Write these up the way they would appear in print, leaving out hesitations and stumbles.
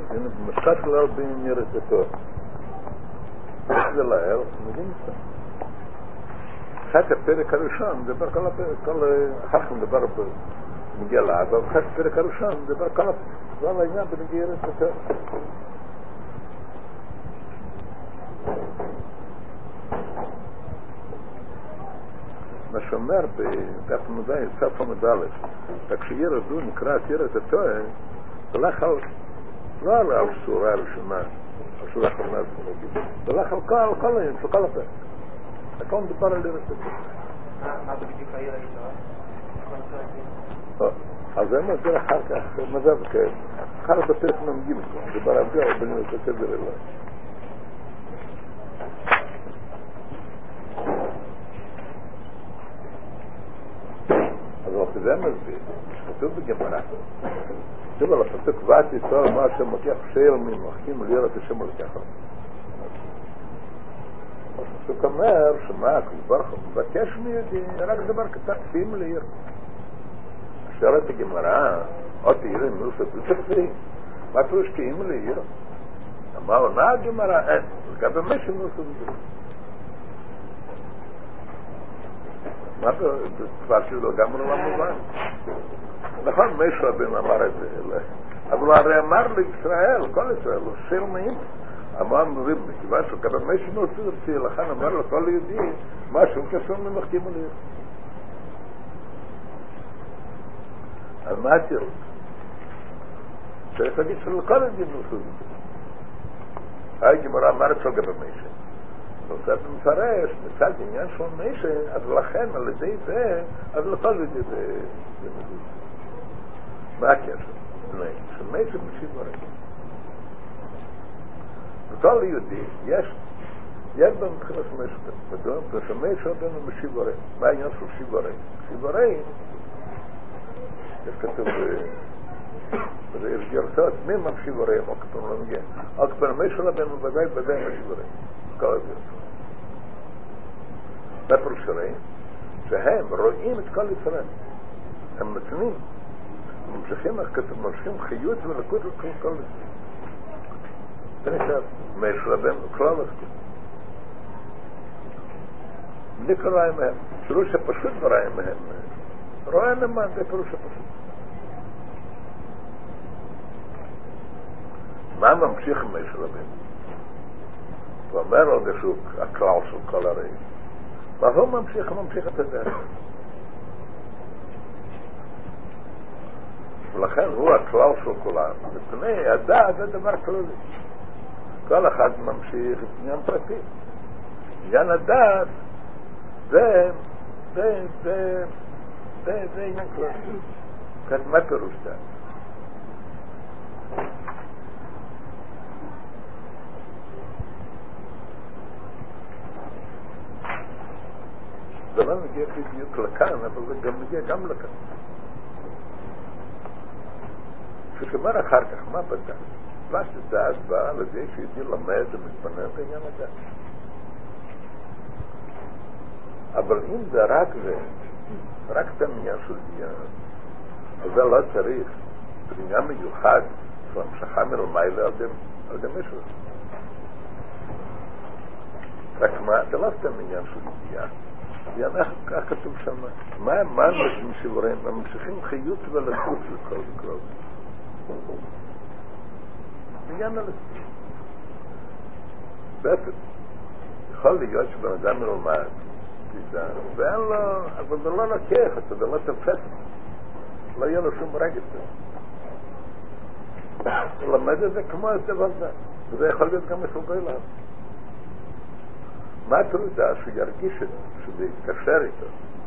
הנה במשחק כלל בין נראה את התור. איך זה להר? מבין את זה. אחר כך פרק הראשון, מדבר כל הפרק, אחר כך מדבר מגיע לעזה, ואחר כך פרק הראשון, מדבר כל הפרק. זה על העניין בנגיע את התור. מה שאומר בדף מודעי, סף המדלת, כשירא זו נקרא תירא את התואר, הולך על, לא על שורה הראשונה, על שורה האחרונה, הולך על כל העניין, של כל הפרק. הכל מדבר על תירא את התואר. מה זה בדיוק העיר היתרה? אז זה מדבר אחר כך, מדבר כאלה. אחר כך בפרק נמגיל, מדבר על זה, אבל בנים את הסדר אלוהי. אז זה מסביר, שכתוב בגמרא, כתוב על הפסוק ואת ישראל מה השם לוקח שייל ממחכים ליראת השם לוקח לו. הפסוק אומר שמה כבר מבקש מידי רק דבר קטן, שים ליר. שואלת הגמרא, עוד תהירה מנוסת וצריכים, מה פירוש קיים ליר? אמר מה הגמרא? אין, לגבי מה שמנוסת וצריכים. מה כבר שלו גם לא מובן. נכון, מישהו רבין אמר את זה, אבל הרי אמר לישראל, כל ישראל, הוא שיר נעים. אמר מבין, מכיוון שכבר מישהו נוציא רצי, לכן אמר לו כל יהודי, משהו קשור ממחכים עליה. אז מה התירוץ? צריך להגיד שלכל יהודי נוציא רצי. גמרא אמרת לו גבי מישהו. נוסף ומפרש, מצד עניין של מישה, אז לכן על ידי זה, אז לכל ידי זה מזוז. מה הקשר? שמישה משיב ברגע. וכל יהודי, יש במתחילה של מישה, ושמישה בנו משיב ברגע. מה העניין של משיב ברגע? משיב ברגע, יש כתוב, יש גרסות, מי משיב ברגע? או כתוב לא מגיע. או כבר מישה בנו ודאי משיב ברגע. כל הגרסות. בפרוש שלהם, שהם רואים את כל ישראל. הם מצנים. ממשיכים חיות ולקות לכל ישראל. זה נשאר. מהשלבים כלל עסקים. בלי כל רעי מהם. פירוש הפשוט ורעי מהם. רואה נאמן, זה פירוש הפשוט. מה ממשיך מהשלבים? הוא אומר עוד איזשהו הכלל של כל הרי. והוא ממשיך את הדרך. ולכן הוא הכלל של כולם. מפני הדעת זה דבר כללי. כל אחד ממשיך את עניין פרטי. עניין הדעת זה עניין כללי. כאן מה פירוש דעת? זה לא מגיע בדיוק לכאן, אבל זה גם מגיע גם לכאן. כששמר אחר כך, מה בדעת? מה שדעת באה לזה שידי למד ומתבונן בעניין הדעת. אבל אם זה רק את העניין של עניין, אז זה לא צריך עניין מיוחד של המשכה מלמעלה על דם מישהו. רק מה, זה לא סתם עניין של עניין. כך כתוב שם, מה אנשים שבוראים? ממשיכים חיות ולקות לכל וכל. עניין על זה. בעצם, יכול להיות שבן אדם מלומד, ואין לו, אבל זה לא לקח אותו, זה לא תפס. לא יהיה לו שום רגש. הוא למד את זה כמו את דבר זה. וזה יכול להיות גם מסוגל אליו. מה תרודה שהוא ירגיש את זה, שזה יתקשר איתו,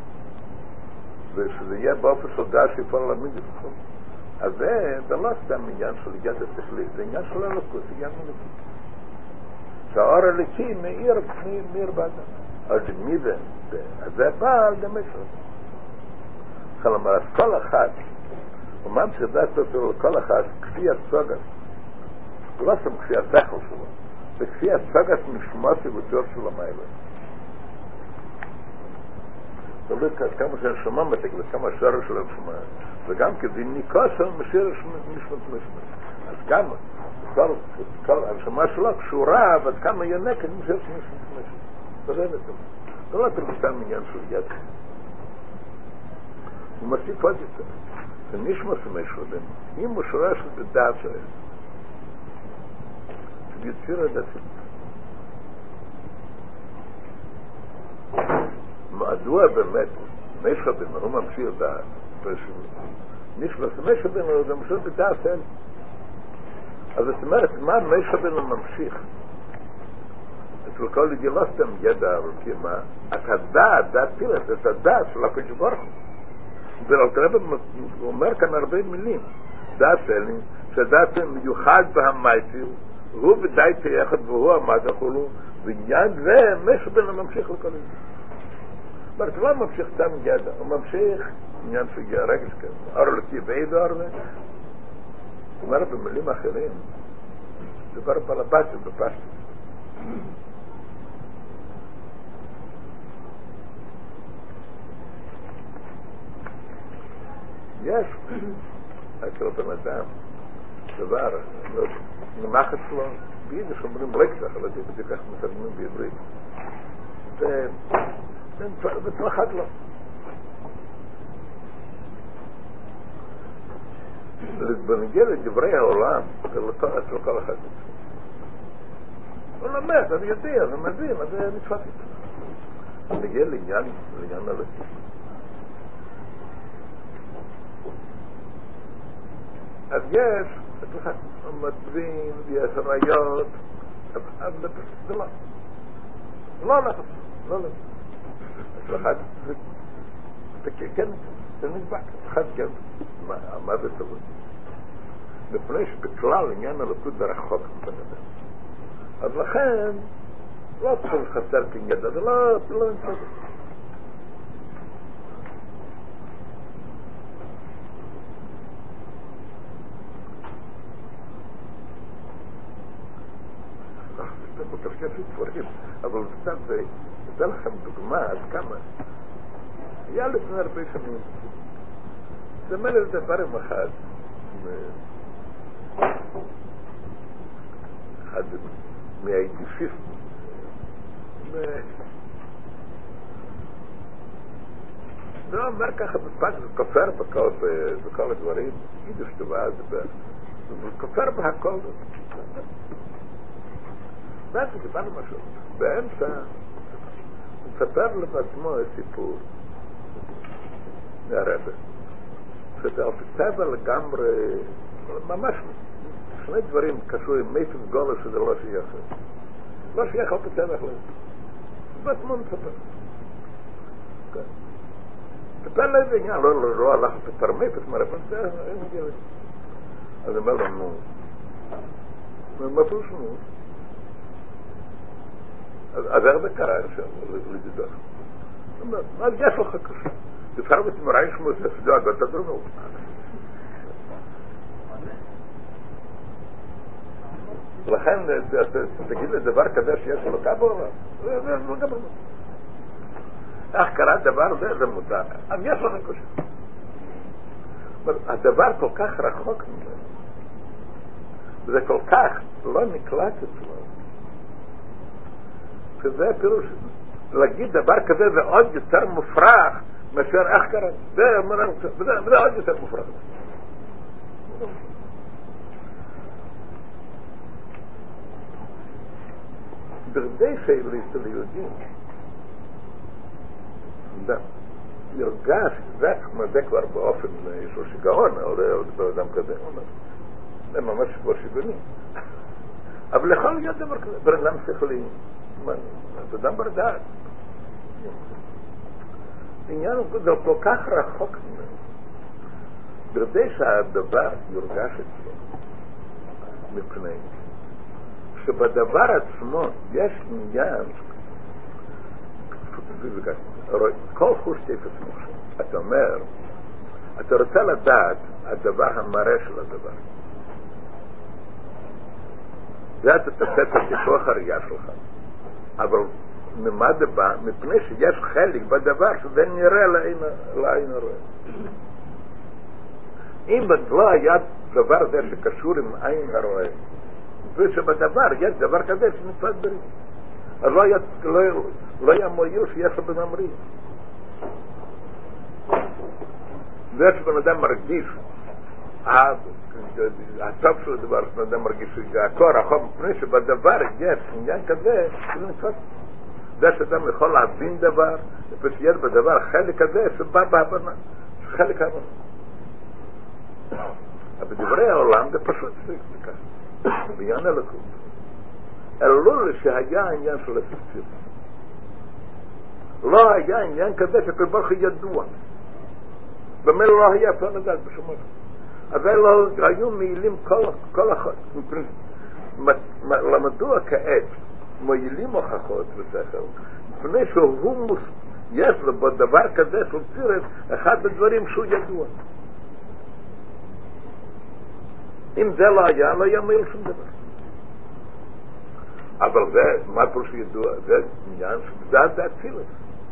ושזה יהיה באופן של דעת שיפול להעמיד את זה. אז זה לא סתם עניין של יד השכלית, זה עניין של הלוקות, זה עניין מלוקות. שהאור הליקי מאיר באדם. אז מי זה? אז זה בא על דמשל. כלומר, אז כל אחד, אומנם שדעת אותו לכל אחד, כפי הסוגת, לא שם כפי השכל שלו, זה כפי הסוגת משמעותי ותור של המיילה. תלוי כמה שהנשמה מתק וכמה שורש של הנשמה, וגם כדי ניקוסה משיר נשמת משמעת. אז גם כל הנשמה שלו קשורה, ועד כמה יונקת משהו משהו. זה לא תרבותם עניין של יד. הוא מוסיף עוד יותר. זה נשמע שמשהו בנו. אם הוא שורש בדעת שלהם, ביציר הדתית. מדוע באמת משהו בנו, הוא ממשיך דעת. נשמע שמשהו בנו, הוא ממשיך בדעת אלה. אז זאת אומרת, מה משהו בנו ממשיך? אצל כל לא סתם ידע, אבל כמה, את דעת פילת, את הדעת של הקדוש ברוך הוא. והרב אומר כאן הרבה מילים. דעת אלה, שדעת מיוחד בהמייטיר, הוא ודאי יחד והוא עמד החולו, ועניין זה משהו בנו ממשיך לכל זה. זאת אומרת, לא ממשיך סתם ידע, הוא ממשיך עניין של רגש כזה. אור לקי ואידו ארנה. זאת אומרת, במילים אחרים, דבר בלבטים בפשטות. יש אצל בן אדם דבר נמח אצלו ביידיש אומרים רקסח, לא יודעים בדיוק איך מתרגמים בעברית, ותמחד לו. בנגיע לדברי העולם אצל כל אחד הוא לומד, אני יודע, אני מבין, אני נתפת איתו. נגיע לעניין הלכי. אז יש, אצלך מצבים, יש ראיות, אבל זה לא. לא הולך, לא הולך. אצלך זה כן, זה נדבק. אחד כן, מה זה טוב? מפני שבכלל עניין הלכות זה רחוק מבן אדם. אז לכן, לא צריך חסר כנגד, זה לא נצטרך. אבל קצת זה אתן לכם דוגמה עד כמה היה לפני הרבה שנים זה מלא דבר עם אחד מהיידישיסט זה אומר ככה בפק וכופר בכל הדברים יידיש טובה וכופר בהכל ואז דיברנו משהו. באמצע הוא מספר לבעצמו סיפור מהרבא. שזה על טבע לגמרי, ממש שני דברים קשורים, מייפס גולה שזה לא שייך. לא שייך על טבע אחר. בעצמו מספר. מספר לאיזה עניין, לא הלך לספר מייפס מהרבא, אין מגיע לזה. אז אומר לו, נו. מה פירוש נו? אז הרבה קרה לדידות. אז יש לך קשה. תפער בתמראי שמוס, תפדוע, אתה דרנו. לכן, תגיד לדבר כזה שיש לו קבו, זה לא גבר. איך קרה דבר זה מותר. אז יש לך קשה. הדבר כל כך רחוק ממנו. וזה כל כך לא נקלט אצלו. שזה פירוש, להגיד דבר כזה זה עוד יותר מופרך מאשר איך קרה, זה עוד יותר מופרך. בכדי של יהודים ירגש, זה כבר באופן יש לו שיגעון, או באדם כזה, זה ממש כבר שיגעוני. אבל יכול להיות דבר כזה, בן שכלי, זה אדם בר דעת. עניין זה כל כך רחוק ממנו. בכדי שהדבר יורגש אצלו, מפני שבדבר עצמו יש עניין, כל חוש תפס מוחשב. אתה אומר, אתה רוצה לדעת הדבר המראה של הדבר. זה אתה תעשה את הדיווח הראייה שלך. אבל ממה זה בא? מפני שיש חלק בדבר שזה נראה לעין הרואה. אם לא היה דבר זה שקשור עם עין הרואה, ושבדבר יש דבר כזה שנתפס בריא. אז לא היה מועיל שיש לו בן אמרי. זה שבן אדם מרגיש הטוב של הדבר שבן אדם מרגיש הקור החום מפני שבדבר יש עניין כזה כאילו נתפס. זה שאדם יכול להבין דבר ושיש בדבר חלק כזה שבא בהבנה, חלק ההבנה. אבל בדברי העולם זה פשוט ככה, בעניין הלכות. אלול שהיה העניין של הספציר. לא היה עניין כזה שכל ברוך ידוע. במילא לא היה אפשר לדעת בשום מקום. אבל לא היו מעילים כל החוק. למדוע כעת מועילים הוכחות ושכל, מפני שהוא יש לו בדבר כזה של צירף אחד הדברים שהוא ידוע. אם זה לא היה מועיל שום דבר. אבל זה, מה פה שידוע? זה עניין שזה הצילס.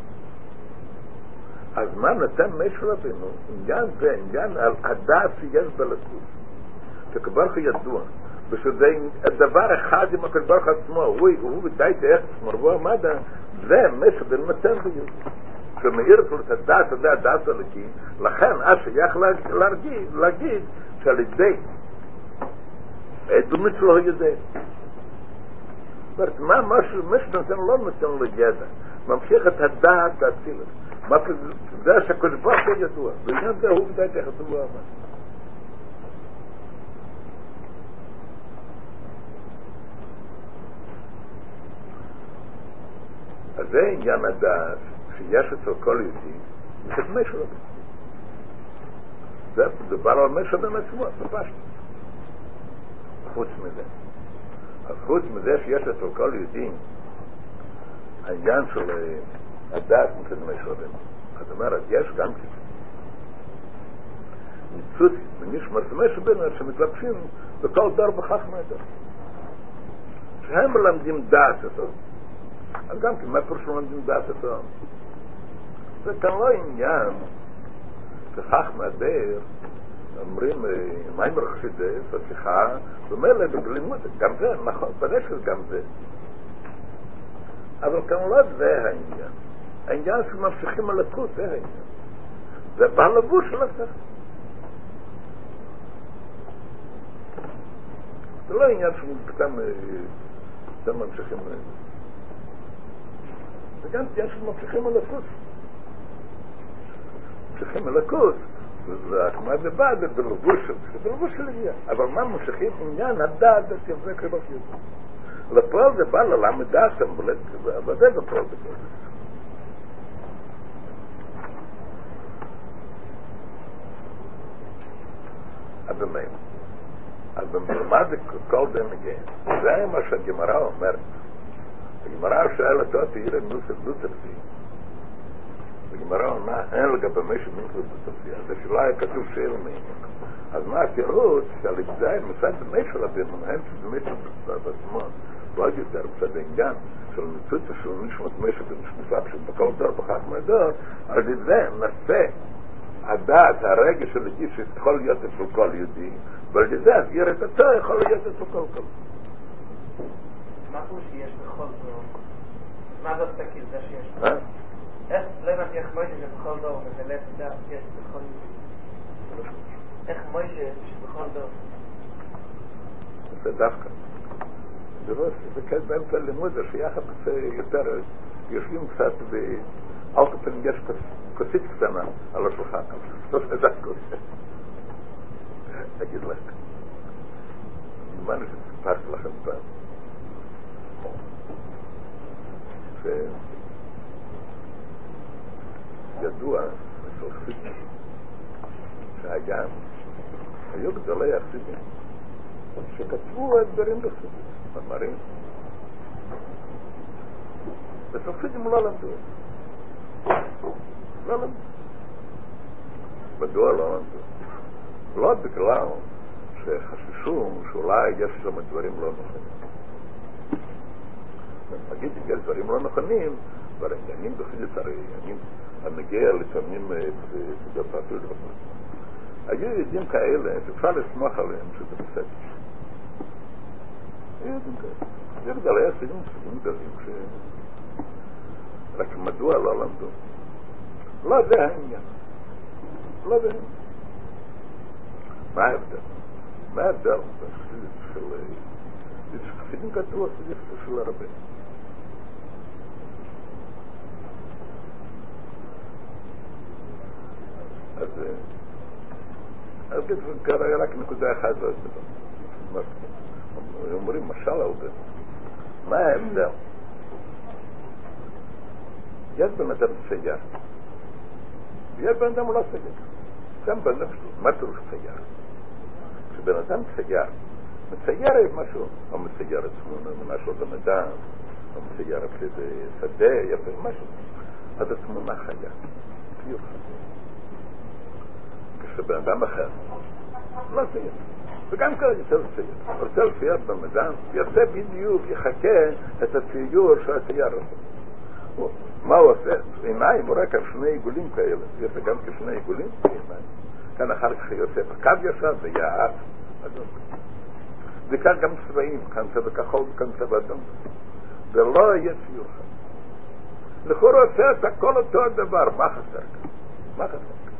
אז מה נתן משהו רבינו? עניין זה, עניין על הדעת שיש בלכות. שכברוך ידוע. ושזה דבר אחד עם הכברוך עצמו, הוא בדאי תאך עצמו, והוא עמד, זה משהו בין מתן ביותר. שמאיר את הדעת, זה הדעת הלכי, לכן אז שייך להגיד שעל ידי דומץ לא יודע. זאת אומרת, מה שנותן לא נותן לידע, ממשיך את הדעת האצילת. זה שהקדוש ברוך הוא ידוע, בעניין זה הוא בדאי תאך עצמו עמד. אז זה עניין הדעת שיש אצל כל יהודי, זה משהו רבי. זה דבר על משהו בין עצמו, בפשט. חוץ מזה. אז חוץ מזה שיש אצל כל יהודי, העניין של הדעת מצד משהו רבי. זאת אומרת, יש גם כזה. ניצוץ ונשמר משהו בין שמתלבשים בכל דור בכך מהדור. שהם מלמדים דעת אותו. אז גם כי מה פרשו למדים דעת אותו? זה כאן לא עניין שכך מהדר אומרים מה אם רחסידס, השיחה ומילא בגלימות, גם זה נכון, בדרך גם זה, אבל כאן לא זה העניין. העניין שממשיכים על הלכות, זה העניין, זה בהלבוש של השכל. זה לא עניין שמוקדם ממשיכים על זה, וגם עניין שממשיכים על הלכות, ממשיכים על הלכות, והכמה לבד זה בלבוש של עניין. אבל מה ממשיכים? עניין הדעת זה כזה כבר יותר. לפועל זה בא ללמד דעת, אבל זה בפועל זה כבר. אז מה זה כל זה מגיע? זה מה שהגמרא אומרת. הגמרא שואלת אותו, תראה נוסף דו-תפסי. הגמרא עונה, אין לגבי משהו נוסף דו-תפסי. זה שלא היה כתוב שאין מעניין. אז מה התירוץ שעל ידי מצד משהו רבינו, אין שזה משהו בעצמו, ועוד יותר מצד העניין של ניצוץ של נשמות משהו בנשמותיו שבכל דור בכך מהדור, על ידי נעשה הדעת, הרגש של הגיש יכול להיות אצל כל יהודי, ועל ידי אסגיר את עצמו יכול להיות אצל כל כל. מה הוא שיש בכל דור? מה זאת תקיל זה שיש בכל דור? איך לא הבנתי איך מוישה שבכל דור מגלה את הדעת שיש בכל דור? איך מוישה שבכל דור? זה דווקא. זה כן באמצע לימוד, זה שיחד יותר יושבים קצת ואל תפן יש כוסית קטנה על השולחן. זה דווקא. אגיד לך. מה אני שסיפרתי לכם פעם? שידוע אצל חסידים היו גדולי החסידים שכתבו הדברים בחסידים, מאמרים. אצל חסידים לא למדו. לא למדו. מדוע לא למדו? לא בגלל שחששו שאולי יש שם דברים לא נכונים. נגיד אם יש דברים לא נכונים, אבל העניינים בחסידות הרי העניינים הנגיע לפעמים בדפת לדבר. היו יהודים כאלה שאפשר לסמוך עליהם שזה בסדר. ידע היה סיום גדולים רק מדוע לא למדו? לא זה העניין. לא זה העניין. מה ההבדל? מה ההבדל? זה חסידים כתבו של הרבה. אז כרגע רק נקודה אחת אומרים משל על זה. מה ההבדל? יש בן אדם צייר. יש בן אדם לא צייר. גם בנפש שלו. מה פירוש צייר? כשבן אדם צייר, מצייר את משהו, או מצייר את תמונה של בן אדם, או מצייר את שדה, יפה, משהו. אז התמונה חיה. ציור חיה. כשבן אדם אחר, לא צייר. וגם כאלה רוצה לצייר בן אדם, יעשה בדיוק, יחכה את הציור של הצייר הזה. מה הוא עושה? עיניים, הוא רק על שני עיגולים כאלה. יש גם כשני עיגולים בעיניים. כאן אחר כך יוסף הקו ישר, זה יעד. זה כאן גם צבעים, כאן צבע כחול וכאן צבע אדום. זה לא יהיה ציור חד. לכאורה עושה את הכל אותו הדבר. מה חסר כאן? מה חסר כאן?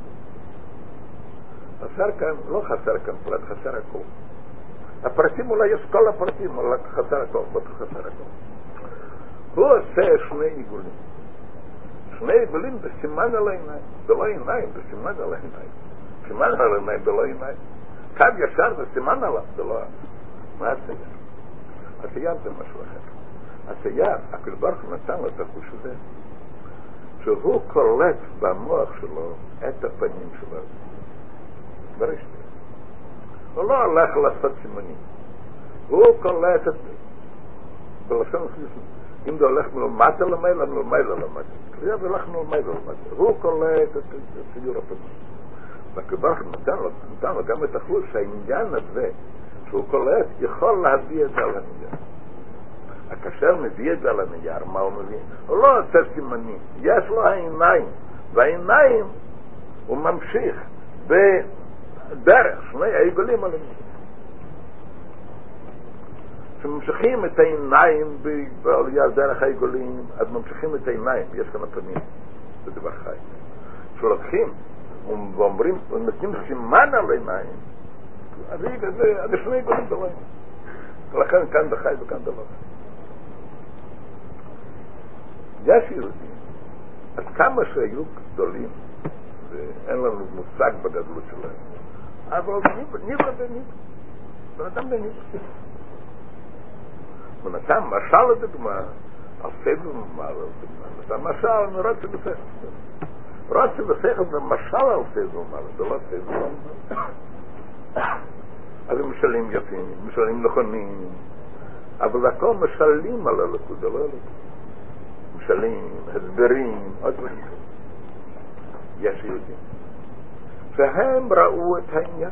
חסר כאן, לא חסר כאן פרט, חסר הכל. הפרטים אולי יש כל הפרטים, אבל חסר הכל, לא חסר הכל. הוא עושה שני עיגולים. שני עיגולים בסימן על העיניים. בלא עיניים, בסימן על העיניים. סימן על העיניים, בלא עיניים. קו ישר בסימן עליו, בלא... מה הצייר? הצייר זה משהו אחר. הצייר, הקדוש ברוך הוא נתן לו את החוש הזה, שהוא קולט במוח שלו את הפנים שלו. ברשת. הוא לא הולך לעשות סימנים. הוא קולט את זה. בלשון חליסון. אם זה הולך מלמטה למעלה, מלמעלה למטה. זה הולך מלמעלה למטה. הוא קולט את ציור הפנים. והקדוש נתן לו גם את החוש שהעניין הזה שהוא קולט יכול להביא את זה על הנייר. כאשר מביא את זה על הנייר, מה הוא מביא? הוא לא עושה סימנים. יש לו העיניים. והעיניים הוא ממשיך בדרך שני העיגולים על הנייר. כשממשיכים את העיניים בעלייה דרך העיגולים, אז ממשיכים את העיניים, יש כאן הפנים, זה דבר חי. כשלוקחים ואומרים, נותנים סימן על העיניים, אז שני עיגולים בלעים. ולכן כאן זה חי וכאן זה לא חי. יש יהודים, אז כמה שהיו גדולים, ואין לנו מושג בגדלות שלהם, אבל ניבר בניבר. בן אדם בניבר. ונתן משל לדוגמה, על סדר ומעלה לדוגמה, נתן משל מרוצה בשכל. רוצה בשכל זה משל על סדר ומעלה, זה לא סדר ומעלה. אז הם משלים יפים, משלים נכונים, אבל הכל משלים על הלכות, זה לא הלכות. משלים, הסברים, עוד דברים כאלה. יש יהודים. והם ראו את העניין.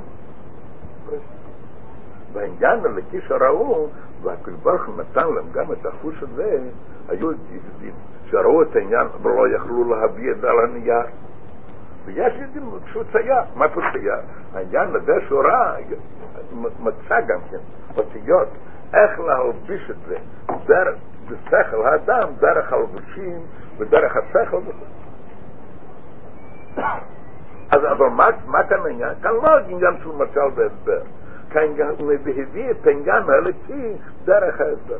והעניין הלכי שראו, והקדוש ברוך הוא נתן להם גם את החוש הזה, היו יהודים שראו את העניין ולא יכלו להביא את זה על הנייר. ויש יהודים שהוא צייר. מה פה צייר? העניין הזה שהוא ראה, מצא גם כן אותיות, איך להלביש את זה דרך שכל האדם, דרך הלבושים ודרך השכל וכו'. אבל מה כאן העניין? כאן לא עניין של משל והסבר. כאן הוא הביא את העניין הלכי דרך ההסבר.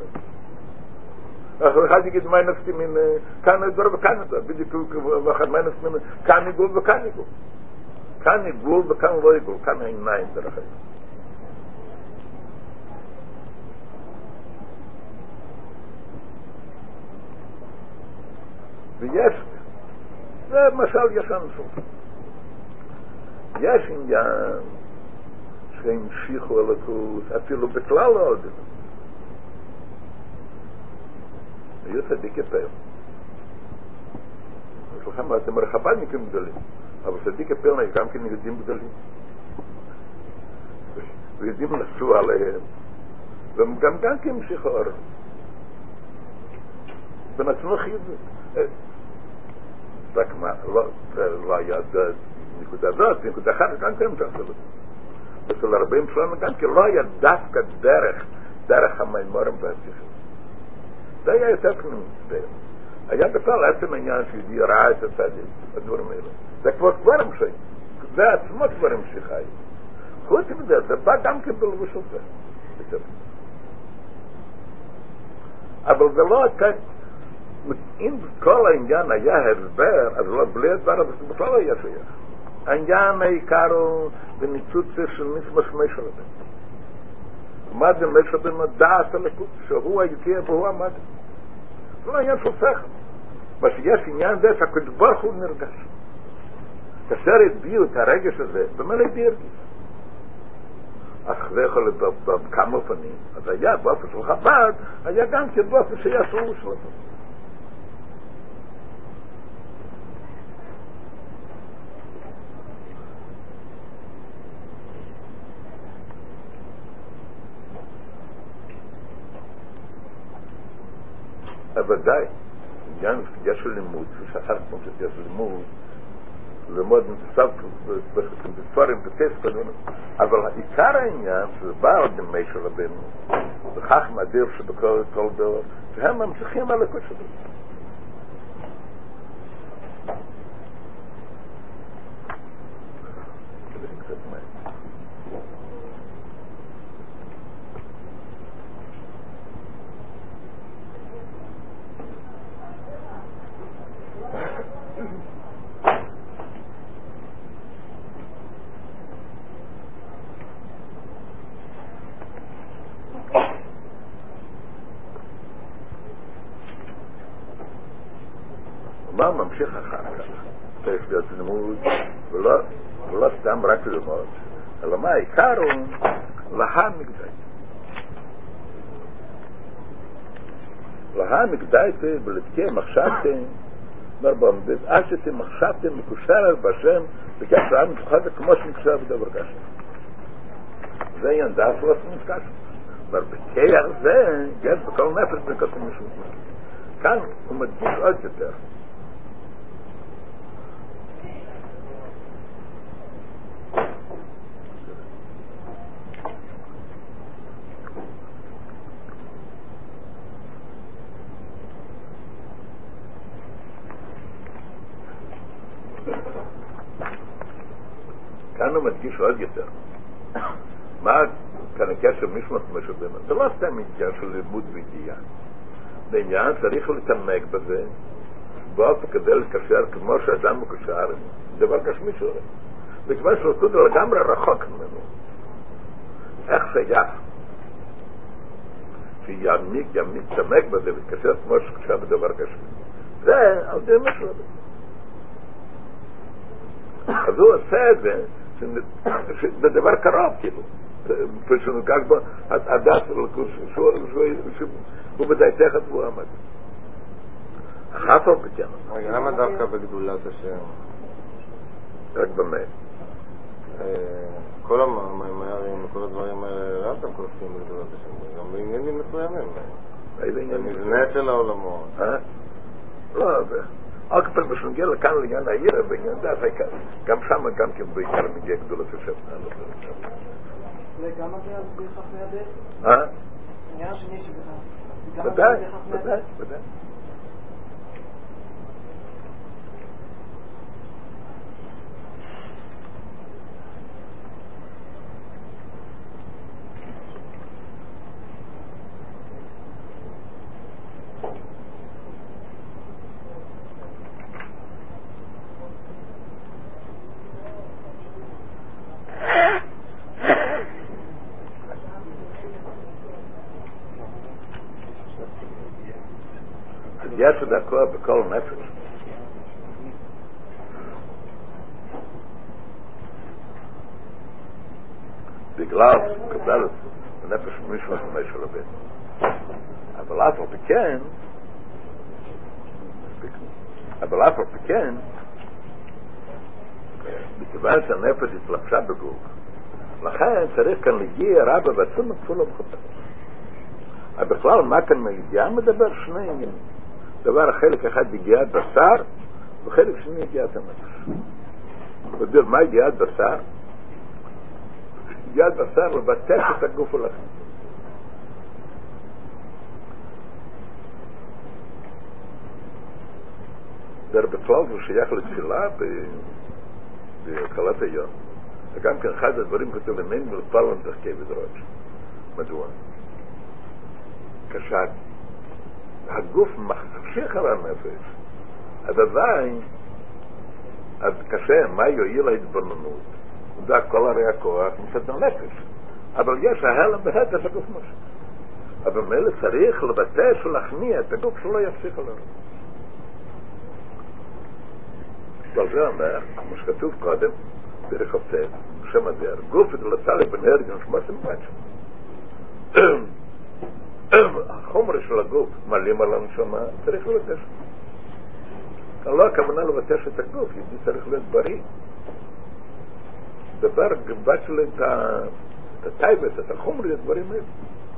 אחד יגיד מה נפסי מן כאן הסבר וכאן הסבר. בדיוק ואחד מה נפסי מן כאן עיגול וכאן עיגול. כאן עיגול וכאן לא עיגול. כאן העיניים דרך ההסבר. ויש, זה משל ישן סוף. יש עניין שהמשיכו הלכות אפילו בכלל לא עוד. היו צדיקי פר. יש לכם, אתם רחבניקים גדולים, אבל צדיקי פר היו גם כן יהודים גדולים. ויהודים נסו עליהם, והם גם כן המשיכו הלכות. ונתנו חיובי. רק מה, לא היה נקודה זאת, נקודה אחת, גם כן תעשו לו. אצל הרבים שלנו גם כי לא היה דווקא דרך דרך המימורים והשיחות. זה היה יותר פנימי. היה בכלל עצם העניין שיהודי ראה את הצדיק, הדברים האלה. זה כבר דברים שלי. זה עצמו דברים שחי. חוץ מזה, זה בא גם כבלבוש הזה. אבל זה לא כאן, אם כל העניין היה הסבר, אז לא בלי הדבר הזה, זה בכלל לא היה שייך. העניין העיקר הוא בניצוץ של נשמש משה רבנו. עמד משה רבנו דעת הלכות, שהוא היקיע והוא עמד. זה לא עניין של שכל. מה שיש עניין זה שהקדוש ברוך הוא נרגש. כאשר הביאו את הרגש הזה, במילא הביאו הרגיש. אז זה יכול להיות בכמה אופנים. אז היה באופן של חב"ד, היה גם כן באופן שהיה סורו של אותו. אבל די, עניין יש לימוד, ושאחר כמו שיש לימוד, ללמוד בספרים, בטסט, אבל העיקר העניין, שזה בא עוד ימי של רבנו, וכך מדיר שבכל דור, שהם ממשיכים על הלכות שלו. מה ממשיך אחר כך? צריך להיות לימוד, ולא סתם רק ללמוד, אלא מה העיקר הוא להמקדאי. להמקדאי ולתקי מחשבתם, עשיתם מחשבתם מקושרת בשם, בקשר עם תוכל כמו שמקשר בדבר קשר. זה ינדע שלא שמקשר. ובכיח זה, יש בכל נפש בקשר משהו. כאן הוא מדגיש עוד יותר. כאן הוא מדגיש עוד יותר. מה כאן הקשר משמעות משאבים? זה לא סתם עניין של לימוד וידיעה. זה עניין צריך לתעמק בזה, באופן כדי לקשר כמו שאדם מקושר, דבר כשמי שורה. וכיוון שלכות הוא לגמרי רחוק ממנו. איך שייך? שיעמיק תעמק בזה וקשר כמו שקושר בדבר כשמי. זה על די משאבים. אז הוא עושה את זה, זה דבר קרוב, כאילו. כשנוגע בו, הדעת שהוא בדייתך את והוא עמד. אחת או בכן. למה דווקא בגדולת השם? רק במה? כל המאמרים, כל הדברים האלה, לאו דווקא עוסקים בגדולת השם, גם בעניינים מסוימים. במבנה של העולמות. לא, רק פעם בשנגיע לכאן לעניין העיר, בעניין דעת העיקר. גם שם, גם כן בעיקר מגיע גדולת השם. זה גם מגיע בכך מהדרך? עניין השני שבכך. ודאי. יש את הכל בכל נפש. בגלל קבל הנפש משמע משהו לבן. אבל אף על פי מכיוון שהנפש התלבשה בגוף, לכן צריך כאן להגיע רבה בעצום כפולו בחופה. אבל בכלל מה כאן מידיעה מדבר שני עניינים. דבר חלק אחד בגיעת בשר וחלק שני בגיעת הנפש. ודבר מה יגיעת בשר? יגיעת בשר לבטח את הגוף הולכים. der בכלל הוא שייך לתפילה בהתחלת היום. וגם כן אחד הדברים כתוב איננו מלפלם דרכי ודרוש. מדוע? כשהגוף מחשיך על הנפש, אז עדיין, אז קשה, מה יועיל ההתבוננות? זה הכל הרי הכוח מצד הנפש. אבל יש ההלם בהתר שהגוף מושך. אבל מילא צריך לבטש ולהכניע את הגוף שלא יפסיק עליו. ועל זה אומר, כמו שכתוב קודם, דרך הפצל, בשם הזה, גוף ודלצלק בנהרגן שמוסם בצ'ם. החומר של הגוף מעלים על הנשמה, צריך לבטש. לא הכוונה לבטש את הגוף, ידי צריך להיות בריא. דבר בצ'ל את הטייבט, את החומר, את דברים האלה.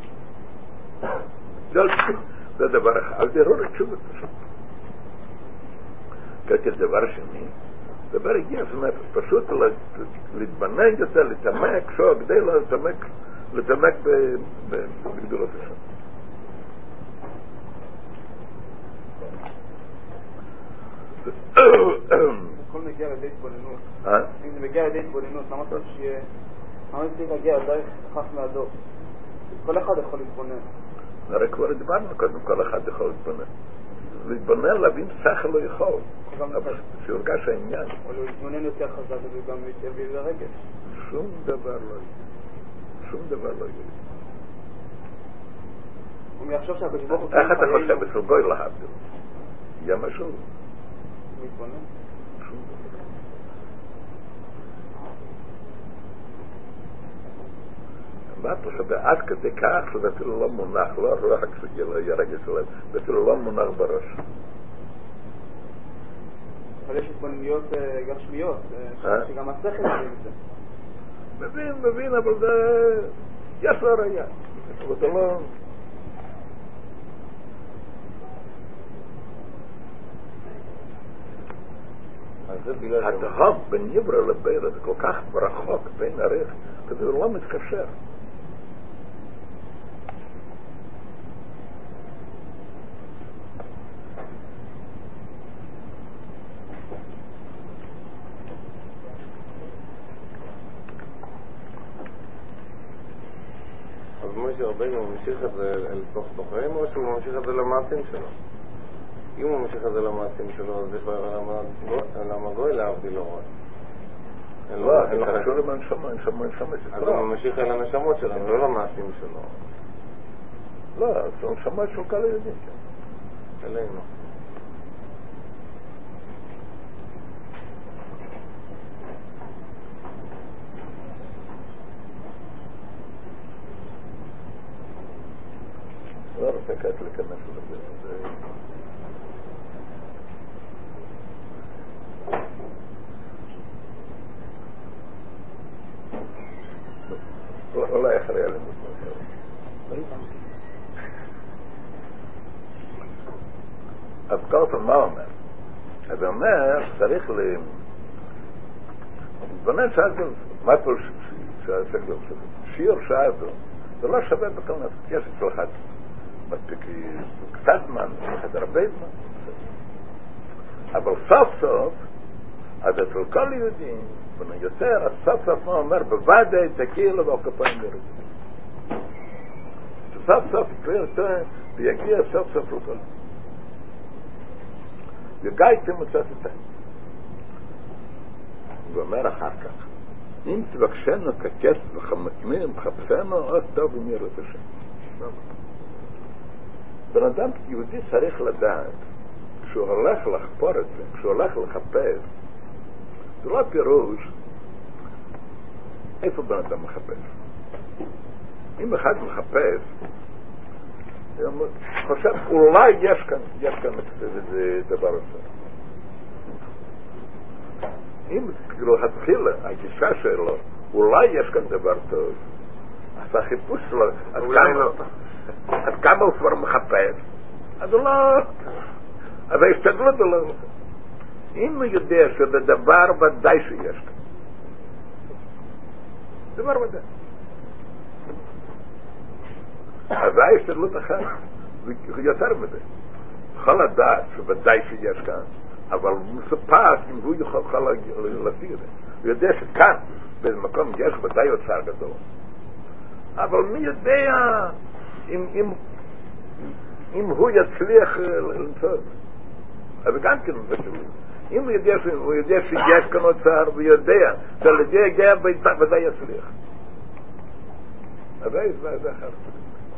זה דבר אחד, אבל דרור התשובה פשוט. כתב דבר שני, דבר הגיע, זאת אומרת, פשוט להתבנן יותר, לתמק, שוע, כדי לתמק בגדולות השם. הכל מגיע לידי התבוננות. אם זה מגיע לידי התבוננות, למה צריך להגיע דרך חף מהדור? כל אחד יכול להתבונן. הרי כבר דיברנו קודם, כל אחד יכול להתבונן. להתבונן להבין שכל לא יכול, אבל שיורגש העניין. אבל הוא להתבונן יותר חזק וגם יביא לרגש. שום דבר לא יהיה. שום דבר לא יהיה. הוא יחשוב שהקדוש ברוך הוא... איך אתה חושב אצל גוי להבדיל? יהיה משהו? להתבונן? שום דבר. אמרת שעד כדי כך שזה אפילו לא מונח, לא רק שיהיה רגש שלהם, זה אפילו לא מונח בראש. אבל יש התבוננויות גשמיות, שגם השכל מבין את זה. מבין, אבל זה... יש לו ראייה. אבל זה לא... התהום בין יברא לבירה זה כל כך רחוק בין ערך, כזה לא מתקשר. אז משה רבנו הוא ממשיך את זה אל תוך תוכם, או שהוא ממשיך את זה למעשים שלו? אם הוא ממשיך את זה למעשים שלו, אז יש למה גוי להבדיל לא רואה. לא, זה קשור עם הנשמה, הנשמה אז הוא ממשיך אל הנשמות שלנו, לא למעשים שלו. לא, זה הנשמה של כל היהודים. אלינו. לא רוצה כעת להיכנס לזה. אולי אחרי הלימוד. אז כל אופן מה אומר? אז הוא אומר שצריך להתבונן שעזו, מה כל שיעור שעזו, זה לא שווה בכל נפש, יש אצל אחד מספיק קצת זמן, אחד הרבה זמן, אבל סוף סוף, אז אצל כל יהודים, בנו יותר, אז סוף סוף מה אומר, בוודאי תכיר לו והכפיים לרצים. סוף סוף יקרה אותו, ויגיע סוף סוף לכל. וגייתם מצאת את זה. הוא אומר אחר כך, אם תבקשנו ככס וחמתמים, חפשנו עוד טוב ומיר את השם. בן אדם יהודי צריך לדעת, כשהוא הולך לחפור את זה, כשהוא הולך לחפש, זה לא פירוש איפה בן אדם מחפש. אם אחד מחפש, הוא חושב, אולי יש כאן איזה דבר הזה. אם כאילו התחילה, הגישה שלו, אולי יש כאן דבר טוב, אז החיפוש שלו, עד כמה הוא כבר מחפש, אז הוא לא, אז ההשתדלות הוא לא. אם הוא יודע שזה דבר ודאי שיש כאן, דבר ודאי. אז ההשתדלות אחרת, יותר מזה. כל הדעת שוודאי שיש כאן, אבל מסופק אם הוא יכול להשיג את זה. הוא יודע שכאן, באיזה מקום יש ודאי אוצר גדול. אבל מי יודע אם הוא יצליח למצוא את זה. אז גם כן בשביל. אם הוא יודע שיש כאן אוצר, והוא יודע שעל ידי יגיע ודאי יצליח. אז זה אחר כך.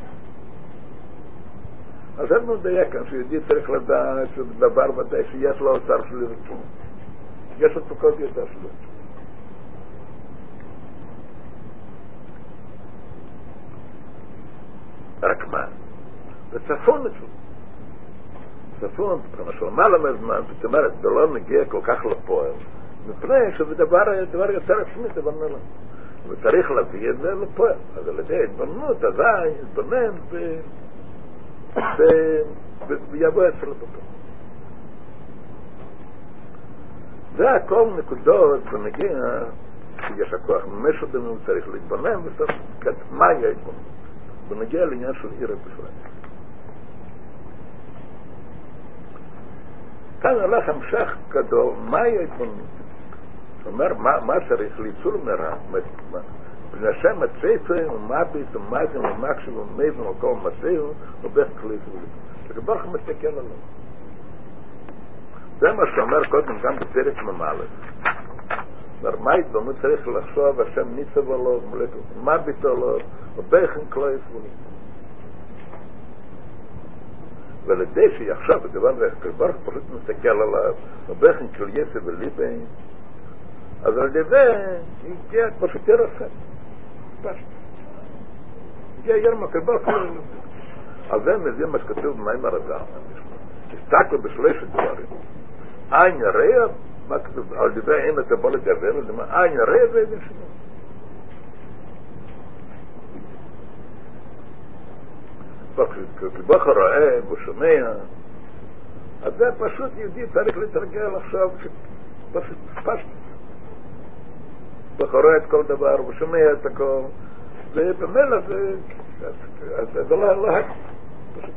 אז אין מדייק כאן, שיהודי צריך לדעת שדבר ודאי שיש לו אוצר של ירקים. יש אותו כל יותר שלו. רק מה? בצפון אצלו. צפון, כמשל, מעלה מהזמן, זאת אומרת, זה לא מגיע כל כך לפועל, מפני שזה דבר יותר עצמי, דבר נעלם. וצריך להביא את זה לפועל. אז על ידי התבוננות, אזי, התבונן, ויבוא אצלו בפועל. זה הכל נקודות ונגיע שיש הכוח ממש אדם הוא צריך להתבונן וסוף מה יהיה התבונן ונגיע לעניין של עיר בכלל. כאן הלך המשך גדול, מה יהיה התבונן? זאת אומרת, מה צריך ליצור מרע? בנשם הצפר ומביט ומאזן ומקשב ומבן וכל מסעו ובך כליף ולפן. שכברך מסתכל עליו. זה מה שאומר קודם גם בפרק ממלך. מה התבוננות צריך לחשוב השם ניצב עליו, מה ביטו עליו, ובכן כליף ולפן. ולדי שיחשב בדבר זה, כברך פשוט מסתכל עליו, ובכן כליף ולפן, אז על ידי הגיע פשוט ירחב. הגיע ירמה כברך ולפן. על זה מבין מה שכתוב במים הרזל. הסתכלו בשלושת דברים. עין יראה, מה כתוב? על דברי אין אתה בוא לדבר, עין יראה ואין שני. כשבחר רואה ושומע, אז זה פשוט יהודי צריך להתרגל עכשיו שפשוט פשט. בחר רואה את כל דבר ושומע את הכל, ובמילא זה לא רק פשוט.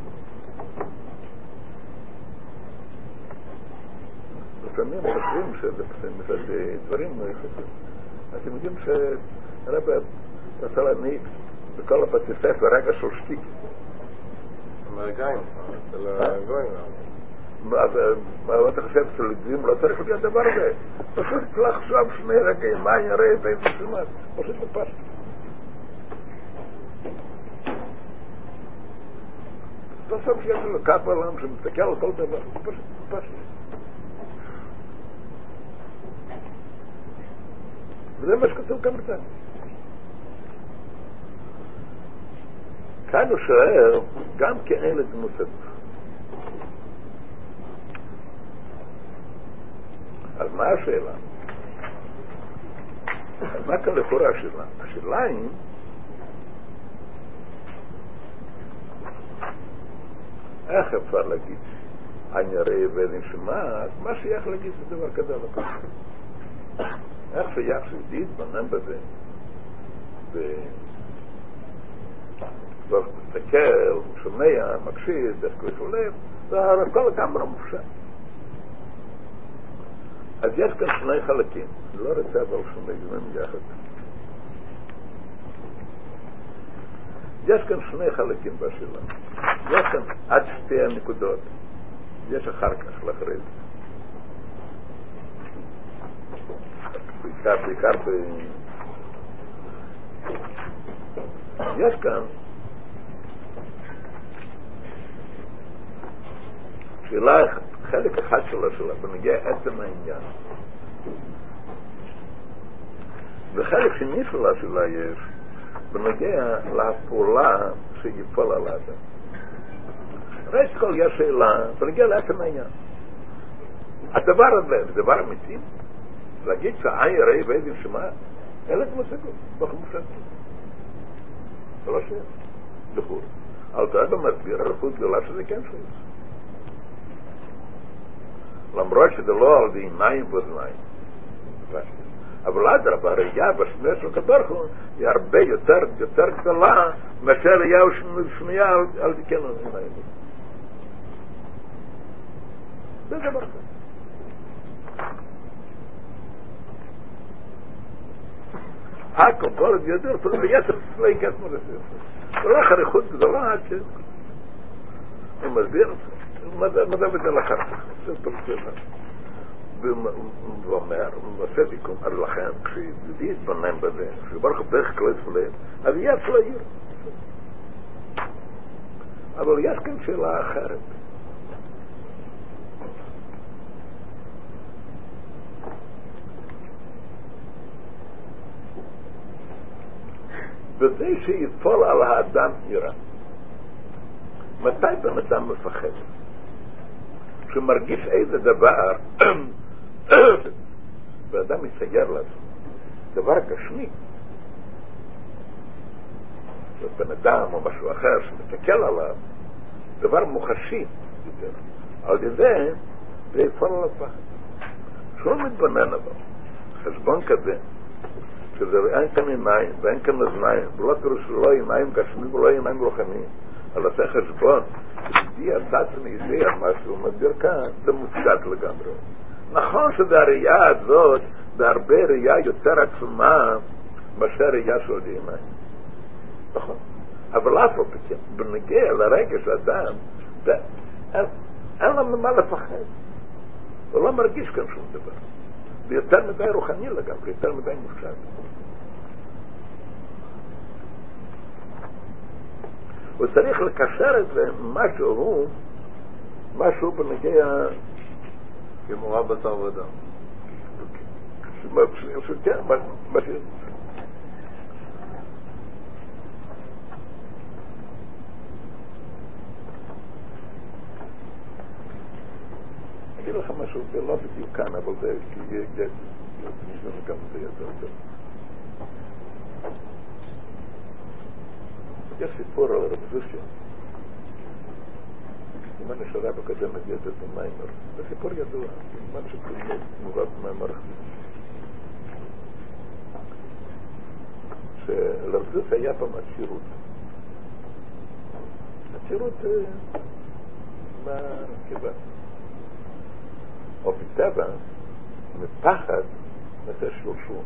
לפעמים חושבים שזה דברים אתם יודעים שהרב רצה להנהיג בכל הבתי ספר רגע של שתיק אמריקאים, של הגויים. מה אתה חושב שלגבים לא צריך להיות דבר הזה? פשוט לחשוב שני רגעים מה יראה ואיזה שמעת פשוט לפשט. בסוף שיש לו קו בעולם שמסתכל על כל דבר פשוט לפשט. וזה מה שכתוב כאן בצד. כאן הוא שואל גם כאין לדמות הגוף. אז מה השאלה? אז מה כאן לכאורה השאלה? השאלה היא איך אפשר להגיד אני ראה ואין שמעת, מה שייך להגיד זה דבר כזה לא ככה. איך שייך שיהודי יתבונן בזה וכבר מסתכל, שומע, מקשיב, איך כליף הלב, זה הכל לגמרי מופשט. אז יש כאן שני חלקים, אני לא רוצה אבל שומע גזמים יחד. יש כאן שני חלקים בשאלה. יש כאן עד שתי הנקודות, יש אחר כך לאחרי זה. בעיקר יש כאן שאלה, חלק אחד של השאלה בנגיע עצם העניין וחלק שני של השאלה יש בנגיע לפעולה שיפעל על האדם. ראש כל יש שאלה בנגיע לעצם העניין. הדבר הזה זה דבר אמיתי להגיד שהעין יראה ואין שמעת אין את מושגות בחמושת זה לא שייך לחור אבל אתה מסביר הלכות גדולה שזה כן שייך למרות שזה לא על די עיניים ואוזניים אבל אדרבה הראייה בשמיעה של הקדוש היא הרבה יותר גדולה מאשר ראייה ושמיעה על די כן עיניים זה דבר כזה הכל בורד ידור, אפילו ביתר סלעי גט מרסף. ולא אחרי חוץ גדולה, עד הוא מסביר, הוא מדע בזה לאחר כך. זה טוב סבבה. והוא אומר, הוא עושה תיקון, אז לכן, כשידידי התבונן בזה, כשברוך ברך כלי ספלט, אז יש לו עיר. אבל יש כאן שאלה אחרת. וזה שיפול על האדם עירה. מתי בן אדם מפחד? כשמרגיש איזה דבר, ואדם יצייר לעצמו, דבר גשמי, בן אדם או משהו אחר שמסתכל עליו, דבר מוחשי יותר, על ידי זה יפול על הפחד. שהוא מתבונן אבל, חשבון כזה, שזה אין כאן עיניים ואין כאן אוזניים, ולא פירוש שלא עיניים גשמי ולא עיניים רוחני, על עושה חשבון, כשהגיע עצמי ידיע משהו, הוא מסביר כאן, זה מופשט לגמרי. נכון שבראייה הזאת, בהרבה ראייה יותר עצומה, מאשר ראייה של עיניים. נכון. אבל אף לא פתאום, בנגיע לרגש אדם, אין לו ממה לפחד. הוא לא מרגיש כאן שום דבר. זה יותר מדי רוחני לגמרי, יותר מדי מופשט. הוא צריך לקשר את זה משהו בנגיע כמו רב בשר ודם. כן, אגיד לך משהו, זה לא בדיוק כאן, אבל זה גם זה יותר טוב. יש סיפור על רב זושיה. אם אני שרה בקדם מגיעת את המיימר, זה סיפור ידוע, מה שכולנו מובד במיימר שלרב זושיה היה פעם עצירות. עצירות מה כיוון? או בטבע, מפחד, נעשה שלושו.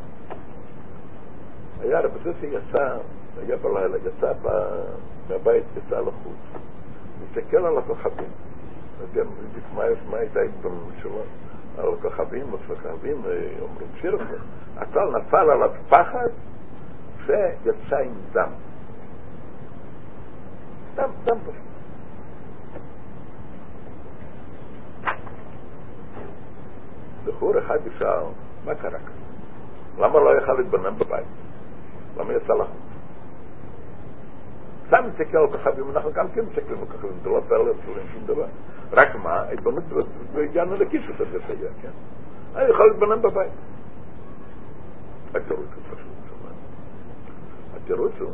היה רב זושיה יצא, היה בלילה, יצא מהבית, יצא לחוץ. מסתכל על הכוכבים. יודע מה הייתה התבוננות שלו? על הכוכבים, אומרים שיר הזה. הכל נפל עליו פחד, ויצא עם דם. דם פשוט. בחור אחד ישאל, מה קרה כאן? למה לא יכל להתבונן בבית? למה יצא לחוץ? סתם מסתכל על כוכבים, אנחנו גם כן מסתכלים על כוכבים, זה לא פרלר שלהם שום דבר. רק מה? התבוננות והגענו לכיסוס הזה שהיה, כן? אני יכול להתבונן בבית. התירוץ הוא פשוט, שומע. התירוץ הוא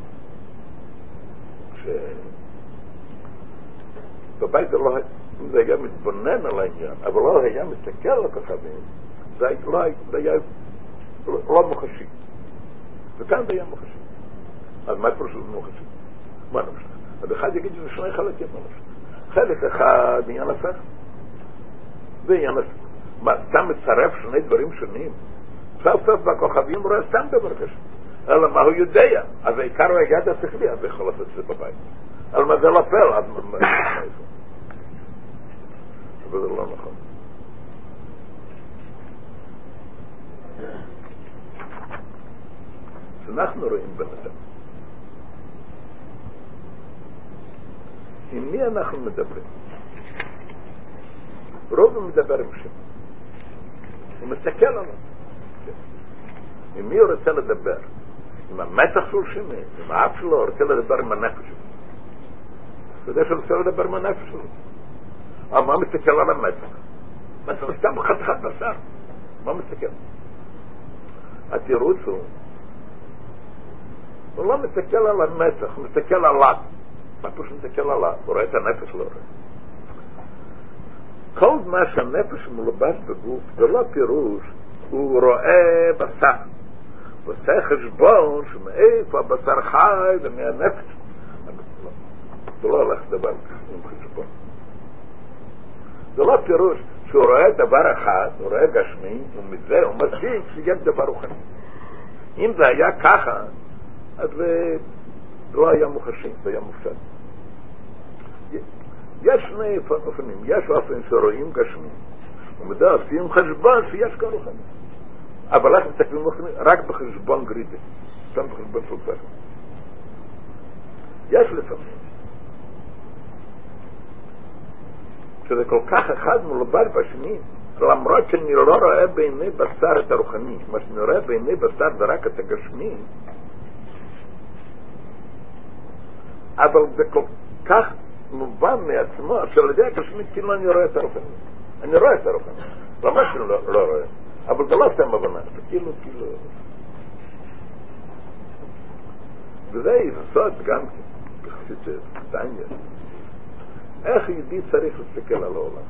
שבבית זה היה מתבונן על העניין, אבל לא היה מסתכל על הכוכבים, זה היה לא מוחשי. וכאן זה היה מוחשי. אז מה פשוט מוחשי? מה נמשך? אז אחד יגיד שזה שני חלקים נמשך. חלק אחד עניין הפך. זה עניין הפך. מה, סתם מצרף שני דברים שונים? סוף סוף בכוכבים רואה סתם דבר קשה. אלא מה הוא יודע? אז העיקר הוא היד השכלי, אז יכול לעשות את זה בבית. אבל מה זה לא פל, אז מה איפה? אבל זה לא נכון. אנחנו רואים בן אדם. עם מי אנחנו מדברים? רוב הוא מדבר עם שם. הוא מסתכל עליו. עם מי הוא רוצה לדבר? עם המתח של שני, עם האף שלו, הוא רוצה לדבר עם הנפש שלו. אתה יודע שהוא רוצה לדבר עם הנפש שלו. אבל מה מסתכל על המתח? מתח סתם חתיכת בשר. מה מסתכל? התירוץ הוא לא מסתכל על המתח, הוא מסתכל עליו. מה פשוט מסתכל עליו? הוא רואה את הנפש לא רואה. כל מה שהנפש מלובש בגוף, זה לא פירוש, הוא רואה בשר. הוא עושה חשבון שמאיפה הבשר חי ומהנפש. זה לא הולך דבר עם חשבון. זה לא פירוש שהוא רואה דבר אחד, הוא רואה גשמי, ומזה הוא מסיק שיש דבר רוחני. אם זה היה ככה, אז לא היה מוחשי, זה היה מופשט. יש שני אופנים, יש אופן שרואים גשמי, ומדע עושים חשבון שיש כאן רוחני. אבל אנחנו מסתכלים רק בחשבון גרידי, סתם בחשבון של שכל. יש לפעמים, שזה כל כך אחד מלובד בשני, למרות שאני לא רואה בעיני בשר את הרוחני, מה שאני רואה בעיני בשר זה רק את הגשמי, אבל זה כל כך מובן מעצמו, שעל ידי הגשמי כאילו אני רואה את הרוחני. אני רואה את הרוחני, למרות שאני לא רואה, אבל זה לא סתם הבנה, זה כאילו וזה יסוד גם בחסידות טניה. איך יהודי צריך להסתכל על העולם?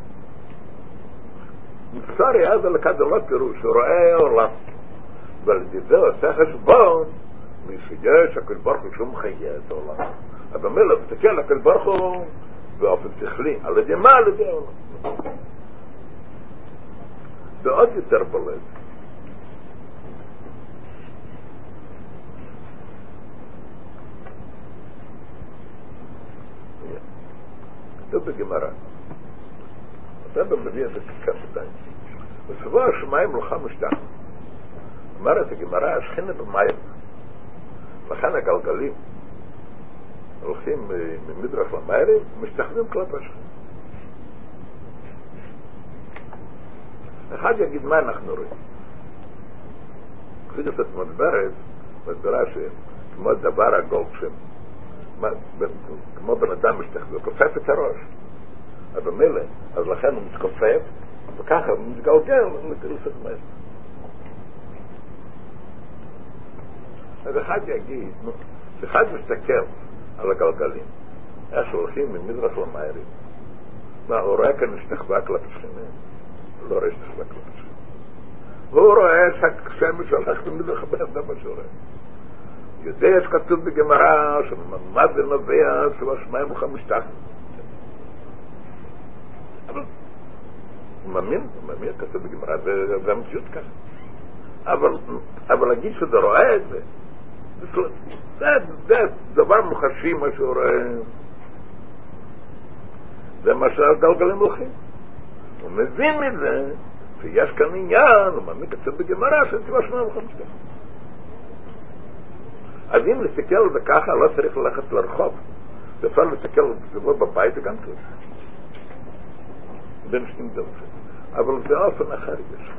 מצרי אז הלכה זה לא פירוש, הוא רואה עולם, ועל ידי זה עושה חשבון שיש הקדוש ברוך הוא שהוא מחיה את העולם. אבל מילא מסתכל על הקדוש ברוך הוא באופן שכלי, על ידי מה? על ידי העולם. זה עוד יותר בולט. כתוב בגמרא, אתה מביא את זה כקפתיים, בסבוע השמיים הולכה משטח. אומרת הגמרא, השכינה במים, לכן הגלגלים הולכים ממדרש למערב ומשתחווים כלפי השכינה. אחד יגיד מה אנחנו רואים. כפי שאת מסבירה שכמו דבר עגול, כמו בן אדם משתחווה, הוא כופף את הראש. אבל מילא, אז לכן הוא מתכופף, וככה הוא מתגלגל לסת מים. אז אחד יגיד, אחד מסתכל על הגלגלים, איך שהולכים ממדרש למערב, מה, הוא רואה כאן השתחווה כלפי השכינה? לא רואה השתחווה כלפי השכינה. הוא רואה שהשמש הולך ממדרש למערב, זה מה שהוא רואה. יודע שכתוב בגמרא, מה זה נובע שהשמיים הולכה משטח. אבל הוא מאמין כתוב בגמרא, זה המציאות ככה. אבל להגיד שזה רואה את זה, זה דבר מוחשי מה שהוא רואה. זה מה שהגלגלים הולכים. הוא מבין מזה שיש כאן עניין, הוא מאמין כתוב בגמרא שהשמיים הולכה משטח. אז אם נסתכל על זה ככה, לא צריך ללכת לרחוב. זה אפשר להסתכל על זה בבית וגם טוב. בין שנים דברים. אבל זה אופן אחר יש.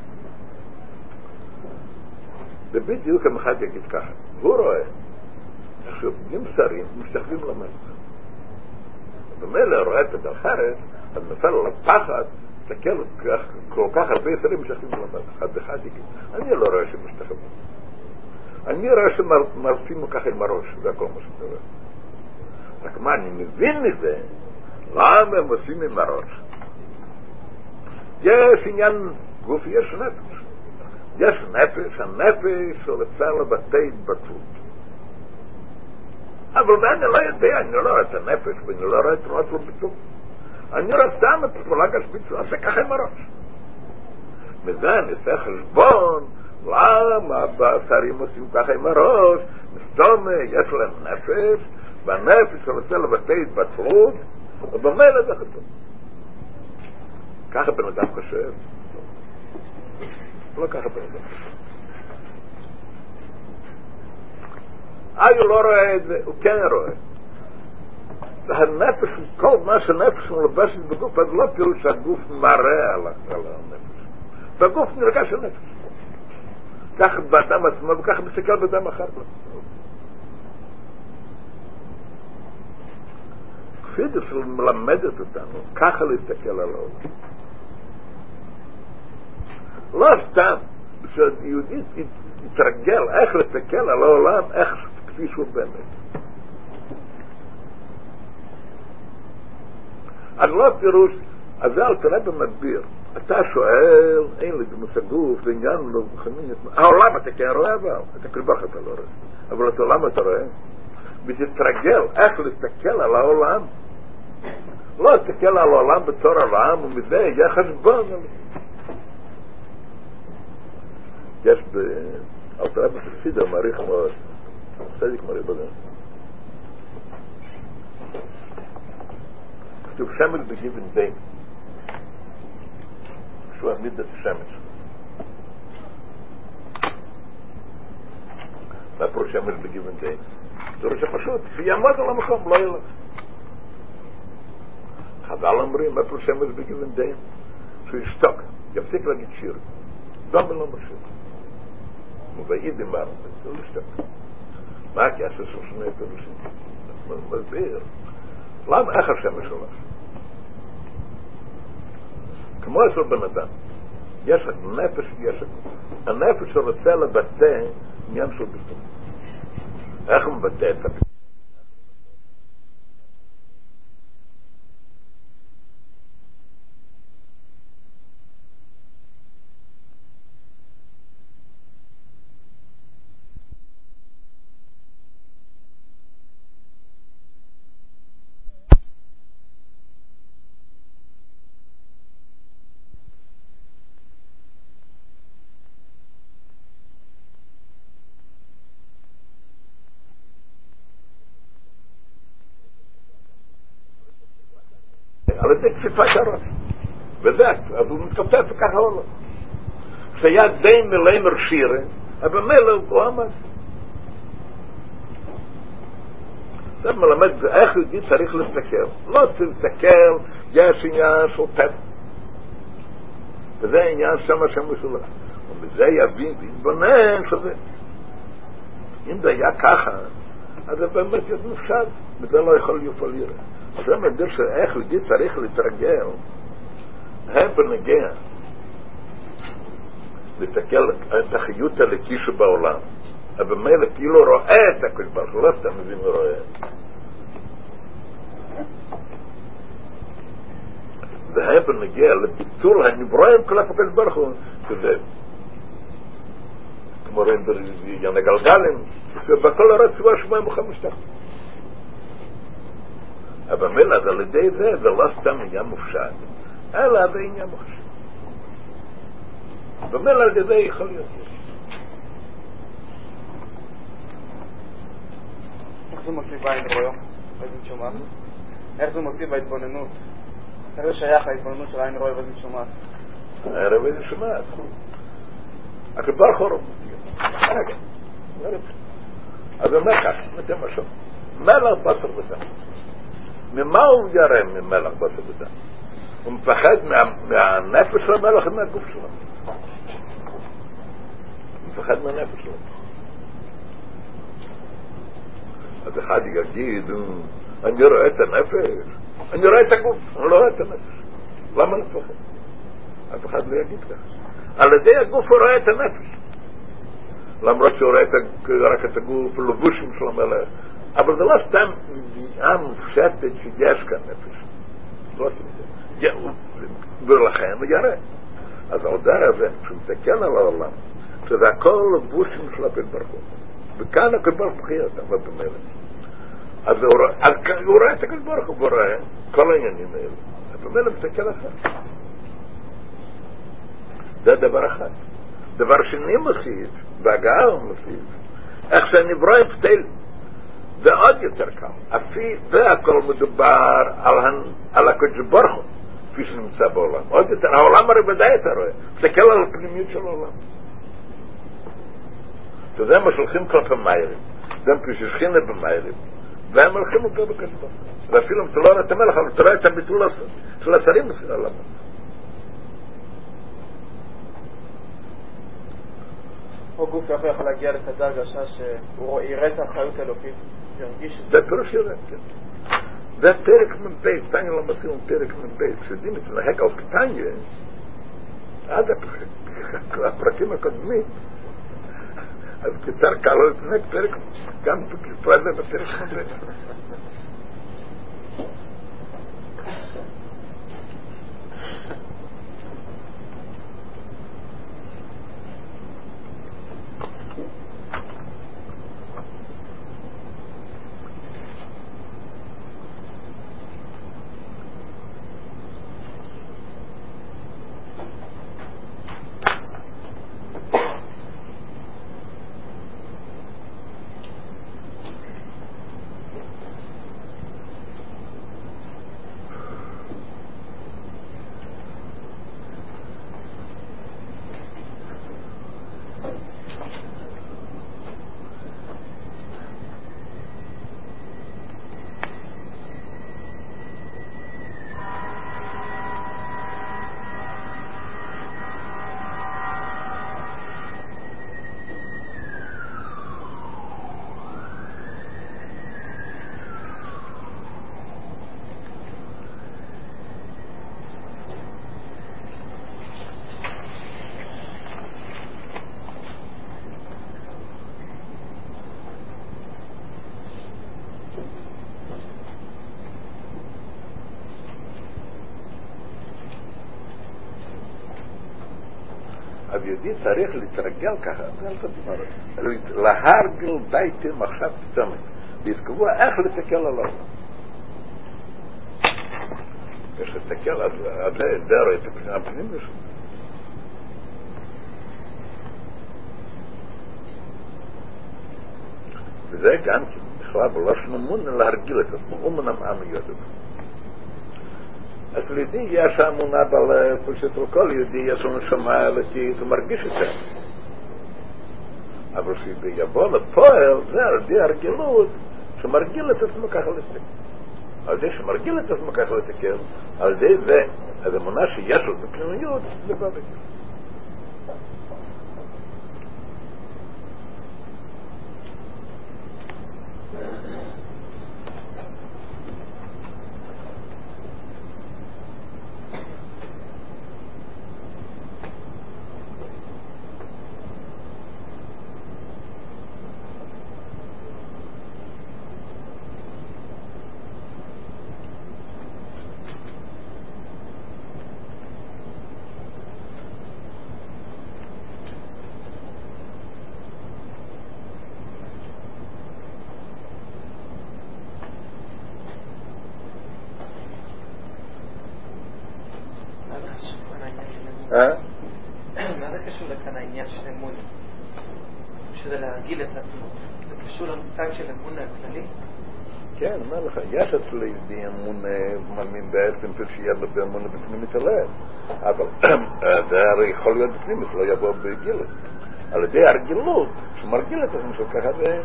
ובדיוק אם אחד יגיד ככה, הוא רואה איך שבנים שרים משתחווים למלך. במילא רואה את הדחרת, אז נפל על הפחד, תסתכל כל כך הרבה שרים משתחווים למלך. אחד יגיד, אני לא רואה שמשתחווים. אני רואה שמרצים ככה עם הראש, זה הכל מה שאתה רואה. רק מה, אני מבין מזה, למה הם עושים עם הראש? יש עניין גוף, יש נפש. יש נפש, הנפש רוצה לבטא התבטאות. אבל אני לא יודע, אני לא רואה את הנפש, ואני לא רואה את תנועת לביטוי. אני רואה סתם את פעולה גשמית, עושה ככה עם הראש. מזה אני עושה חשבון, למה בשרים עושים ככה עם הראש? מסתומה, יש להם נפש, והנפש רוצה לבטא התבטאות, ובמילא זה חשוב. ככה בן אדם חושב. לא ככה בן אדם חושב. הוא לא רואה את זה, הוא כן רואה. הנפש, כל מה שנפש מלבשת בגוף, אז לא פירוש שהגוף מראה על הנפש. בגוף נרגש הנפש. ככה באדם עצמו, וככה מסתכל באדם אחר. כפי זה מלמדת אותנו, ככה להסתכל על העולם. לא סתם, שיהודי יתרגל איך להסתכל על העולם, איך כפי שהוא באמת. אז לא פירוש, אז זה אל תראה במדביר. אתה שואל, אין לי מושגוף, זה עניין לא חמין, העולם אתה כן רואה, אבל אתה קרבח אתה לא רואה. אבל את העולם אתה רואה. ותתרגל איך להסתכל על העולם. לא להסתכל על העולם בתור העולם, ומזה יהיה חשבון. יש אבל רבי חסידה מעריך מאוד, צדיק מעריך בגן. כתוב שמש בגיבן דין, שהוא עמיד את השמש. מה פירוש שמש בגיבן דין? זה ראש הפשוט, שיעמוד על המקום, לא ילך. חז"ל אומרים, מה פירוש שמש בגיבן דין? שהוא ישתוק, יפסיק להגיד שיר. דומה לא משיר. ובעיד אמר, זה לא ישתוק. מה הקשר של שני פירושים? מסביר. למה? איך השמש הולך? כמו אצל בן אדם. יש נפש ויש הגוף. הנפש שרוצה לבטא עניין של ביטוי. איך הוא מבטא את הביטוי? על ידי קפיפת הראש. וזה, אז הוא מתכופף וככה הולך. כשהיה די מלמר שירה, אבל מלא הוא עמד. זה מלמד, איך יהודי צריך להסתכל. לא להסתכל, יש עניין של טבע. וזה העניין שם משולח. ומזה יבין ויתבונן שזה. אם זה היה ככה, אז זה באמת יתנפשד. וזה לא יכול לפעול יראה. זה מדבר שאיך יהודי צריך להתרגל הם בנגיע לתקל את החיות הלקי שבעולם אבל מילא כאילו רואה את הכל ברוך לא סתם מבין ורואה והם בנגיע לביטול הנברואים כל הכל ברוך הוא כזה כמו רואים בעניין הגלגלים ובכל הרצועה שמיים וחמשתך אבל מילה, אז על ידי זה לא סתם עניין מופשט, אלא זה עניין מוחשי. ומילה על ידי יכול להיות. איך זה מוסיף בעין רואה? ואזן שומעת? איך זה מוסיף בהתבוננות? איך זה שייך להתבוננות של עין רואה ואזן שומעת? הערב ואזן שומעת. הקבר חורם. רגע. אז אומר כך, נתן משהו. מלח בשר ודם. ממה הוא ירא ממלח בשר ודם? הוא מפחד מהנפש של המלח ומהגוף שלו. הוא מפחד מהנפש שלו. אז אחד יגיד, אני רואה את הנפש, אני רואה את הגוף, אני לא רואה את הנפש. למה אני מפחד? אף אחד לא יגיד כך. על ידי הגוף הוא רואה את הנפש. למרות שהוא רואה רק את הגוף, לבושים של המלח. אבל זה לא סתם ידיעה מופשטת שיש כאן נפש. לא סתם. ולכן הוא יראה. אז העודר הזה, כשהוא מתקן על העולם, שזה הכל לבושים של הקדוש ברוך הוא. וכאן הקדוש ברוך הוא חיה אותם, במילא. אז הוא רואה את הקדוש ברוך הוא, רואה כל העניינים האלה. במילא מתקן אחר. זה דבר אחד. דבר שני מוסיף, בהגעה הוא מוסיף, איך שנברא פתל. זה עוד יותר קל. והכל מדובר על הקדוש ברוך הוא, כפי שנמצא בעולם. עוד יותר, העולם הרי ודאי אתה רואה. תסתכל על הפנימיות של העולם. וזה מה שהולכים כלפי מיירים. זה כששכינה במיירים. והם הולכים אותו בקדוש ברוך הוא. ואפילו אם אתה לא רואה את המלך, אבל אתה רואה את הביטול של השרים בסדר העולם. או גוף יכול להגיע לכזה הרגשה שהוא יראה את האחריות האלוקית. זה פירוש יראה, כן. זה פרק מבית, תניה לא מתאים פרק מבית, כשיודעים להתנהג על קטניה, עד הפרקים הקודמים, אז קצר קל לא להתנהג פרק, גם בפרק זה בפרק מבית. אז יהודי צריך להתרגל ככה, להרגל דייטי מחשב תצמת, להתקבוע איך לתקל עליו. יש לתקל, אז זה דרך את הפנייה הפנים לשם. וזה גם בכלל בלושן אמונה להרגיל את עצמו, אמונה מעם יודעת. אז לידי יש אמונה פשוט לכל יהודי יש לנו שמה אלוקית ומרגיש את זה. אבל שיבוא לפועל זה על ידי הרגילות שמרגיל את עצמו ככה לתקל. על זה שמרגיל את עצמו ככה לתקל, על זה זה, אז אמונה שיש לו בפנימיות זה בא בגלל. מה זה קשור לכאן העניין של אמונה? שזה להרגיל את עצמו. זה קשור למושג של אמונה הכללי? כן, אומר לך, יש אצל יהודי אמונה מאמין בעצם שיהיה לו באמונה בפנימית הלב. אבל זה הרי יכול להיות בפנימית, לא יבוא בגילות. על ידי הרגילות, שמרגיל את עצמו של ככה זה...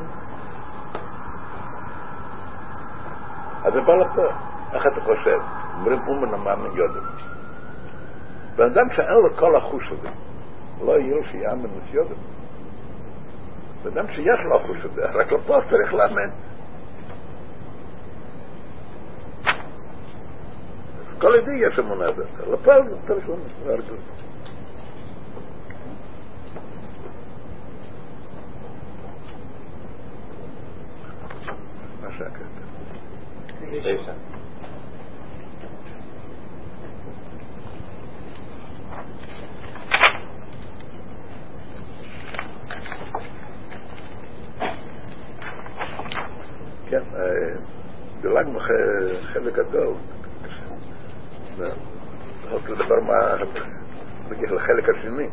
אז זה בא לפה. איך אתה חושב? אומרים אומנה מאמין יודעים. בן אדם שאין לו כל החוש הזה, לא יהיה לו שיאמן מסיודם. בן אדם שיש לו החוש הזה, רק לפה צריך לאמן. אז כל ידי יש אמונה הזאת, לפה צריך להרגיל. מה שהקטע? איזה? כן, דילגנו חלק גדול. צריך לדבר בגיע לחלק השני.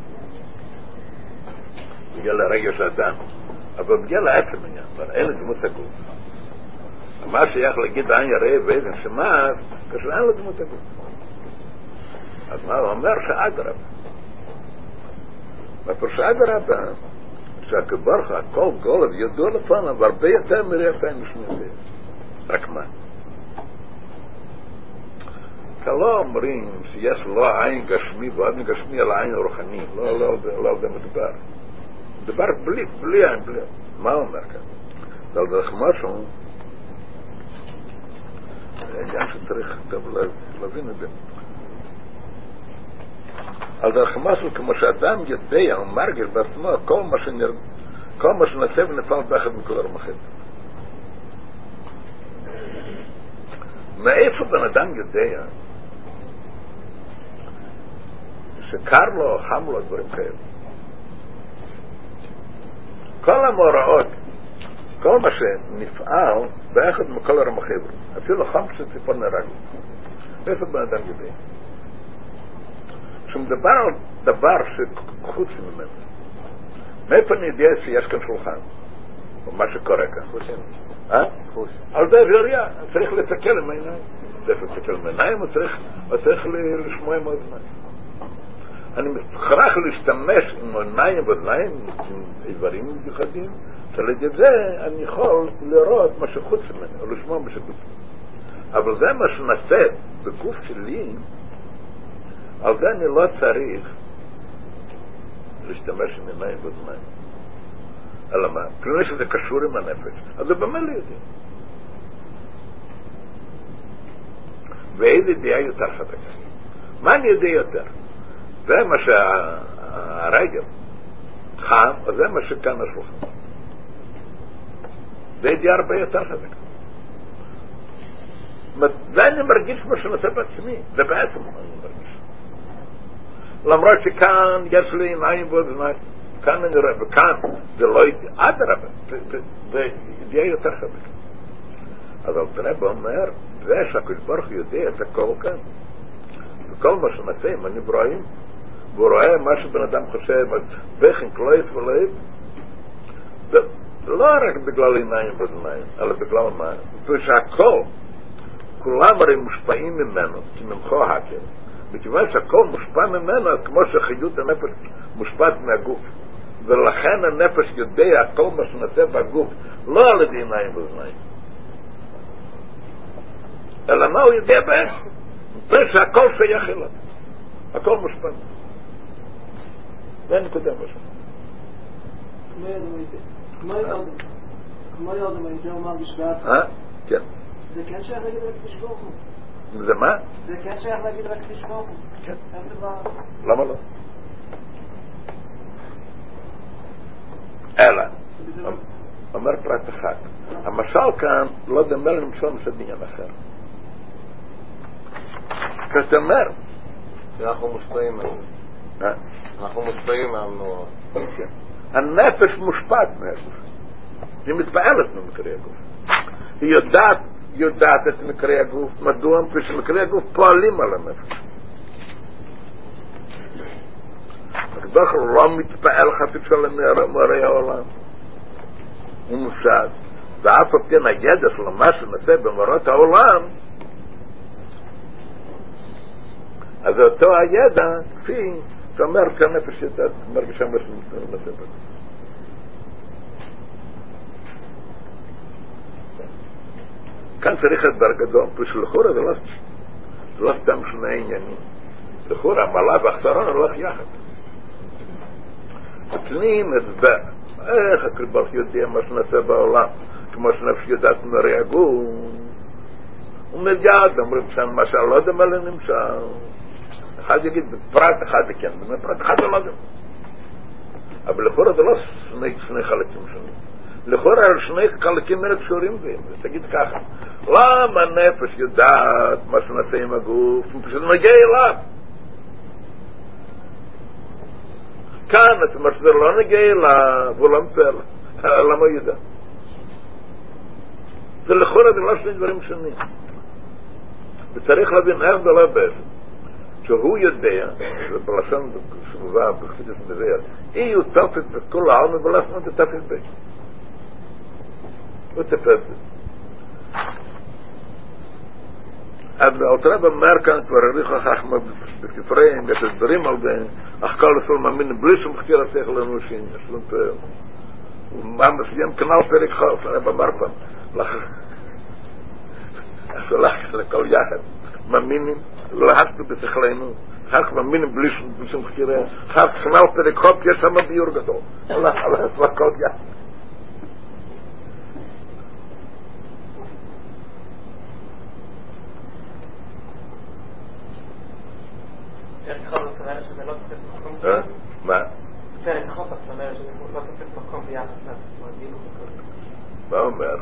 בגיע לרגש האדם. אבל בגיע לעצם עניין, אין לדמות הגוף. מה שייך להגיד עין יראה ואיזן שמעת, כאשר אין לדמות הגוף. אז מה הוא אומר? שאדרבה. והפרשה אדרבה, שהקברך הכל גולב ידוע לפניו הרבה יותר מראה נשמע רק מה כלא אומרים שיש לא עין גשמי ועין גשמי אלא עין רוחני לא זה מדבר בלי עין בלי מה אומר כאן על דרך משהו עניין שצריך להבין את זה על דרך משהו כמו שאדם יודע ומרגל בעצמו כל מה שנעשה ונפל באחד מכל הרמחת. מאיפה בן אדם יודע שקר לו או חם לו דברים כאלה? כל המוראות, כל מה שנפעל באחד מכל הרמחת, אפילו חם שציפור נרג. מאיפה בן אדם יודע? שמדבר על דבר שחוץ ממנו. מאיפה אני יודע שיש כאן שולחן? או מה שקורה כאן? חוץ. על זה ראייה, צריך לתקל עם העיניים. צריך לתקל עם העיניים או צריך לשמוע עם האוזניים. אני צריך להשתמש עם העיניים ואוזניים, עם איברים מיוחדים, שעל ידי זה אני יכול לראות מה שחוץ ממנו, או לשמוע מה שחוץ ממנו. אבל זה מה שנעשה בגוף שלי, על זה אני לא צריך להשתמש עם עיניים ואוזניים. אלא מה? כלומר שזה קשור עם הנפש. אז זה במה לי יודעים. ואיזה ידיעה יותר חזקה? מה אני יודע יותר? זה מה שהרגל חם, או זה מה שכאן השולחן. זה ידיעה הרבה יותר חזקה. ואני מרגיש מה שנעשה בעצמי. זה בעצם מה אני מרגיש. למרות שכאן יש לי עיניים ואוזניים, כאן אני רואה, וכאן זה לא אדרבה, זה יהיה יותר חזק. אז הרב אומר, זה שהקדוש ברוך הוא יודע את הכל כאן, וכל מה שנעשה עם הנברואים, והוא רואה מה שבן אדם חושב, וכן כלויס ולב, לא רק בגלל עיניים ואוזניים, אלא בגלל מה? ושהכל, כולם הרי מושפעים ממנו, כי ממחו הקל. מכיוון שהכל מושפע ממנו, כמו שחיות הנפש מושפעת מהגוף. ולכן הנפש יודע כל מה שנעשה בגוף, לא על ידי עיניים ואוזניים. אלא מה הוא יודע בהם? שהכל שייך אליו. הכל מושפע. זה נקודה משהו. כמו יודם, אני אומר בשבעת. כן. זה כן שייך להגיד רק תשכוחו. זה מה? זה כן שייך להגיד רק תשכוחו. כן. למה לא? אלא, אומר פרט אחד, המשל כאן לא דמה למשל משל בעניין אחר. זאת אומר, שאנחנו מושפעים מזה. אנחנו מושפעים מהמנועה. הנפש מושפעת מהגוף. היא מתפעלת ממקרי הגוף. היא יודעת את מקרי הגוף. מדוע? כשמקרי הגוף פועלים על הנפש. הקדוש ברוך הוא לא מתפעל חפץ על מורי העולם. הוא מופשט. ואף על כן הידע של מה שנעשה במורות העולם, אז אותו הידע, כפי שאומר שהנפש יודעת, מרגישה מה שנעשה בגוף. כאן צריך את גדול, פשלחורה זה לא סתם שני עניינים. לחורה, המעלה והחסרון הולך יחד. נותנים הסבר, איך הקדוש ברוך הוא יודע מה שנעשה בעולם, כמו שנפש יודעת מרי הגוף, ומיד אומרים שם מה שלא דמה לנמשל. אחד יגיד בפרט אחד זה כן, בפרט אחד זה לא דמה. אבל לחורה זה לא שני חלקים שונים. לכאורה על שני חלקים האלה קשורים בהם. תגיד ככה, למה הנפש יודעת מה שנעשה עם הגוף? הוא פשוט מגיע אליו. כאן את אומרת שזה לא נגיע אליו, הוא לא מפעל. למה הוא יודע? זה לכאורה זה לא שני דברים שונים. וצריך להבין איך זה לא בעצם. שהוא יודע, זה בלשון שמובא בחסידות מדבר, היא יוטפת בכל העולם ולא תטפת בי. הוא תפת בי. אבל הרב אומר כאן כבר הריח החכמה בספריהם, יש הסברים על זה, אך כל הסול מאמין בלי שום חקיר השכל האנושי, יש לו פעם. הוא מסיים כנל פרק חוף, הרב אמר פעם, הלך לכל יחד, מאמינים, להשתו בשכלנו, אחר כך מאמינים בלי שום חקירה, אחר כך כנל פרק חוף, יש שם ביור גדול, הלך לכל יחד. מה? פרק חוף אתה אומר שזה לא תופס מקום ביחד מהדין ומקום. מה אומר?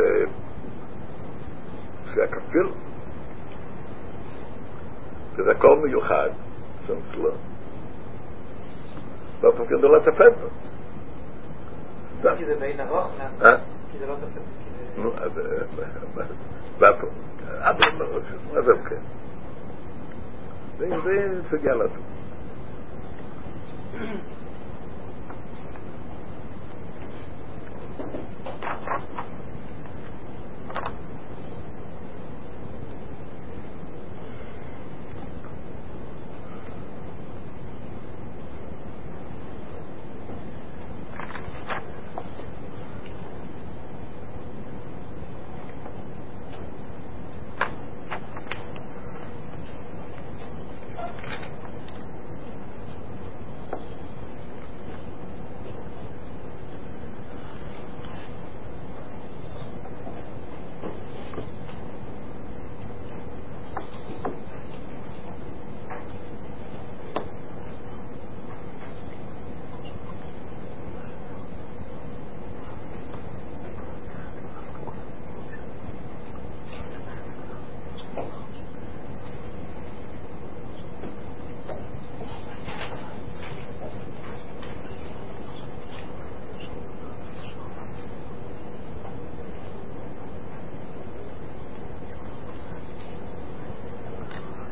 שהכפיל שזה הכל מיוחד שאצלו לא תופס כדי לא תפס בו. כי זה בין ארוך כי זה לא תופס נו, אז מה זה כן? זה סוגיה לעשות.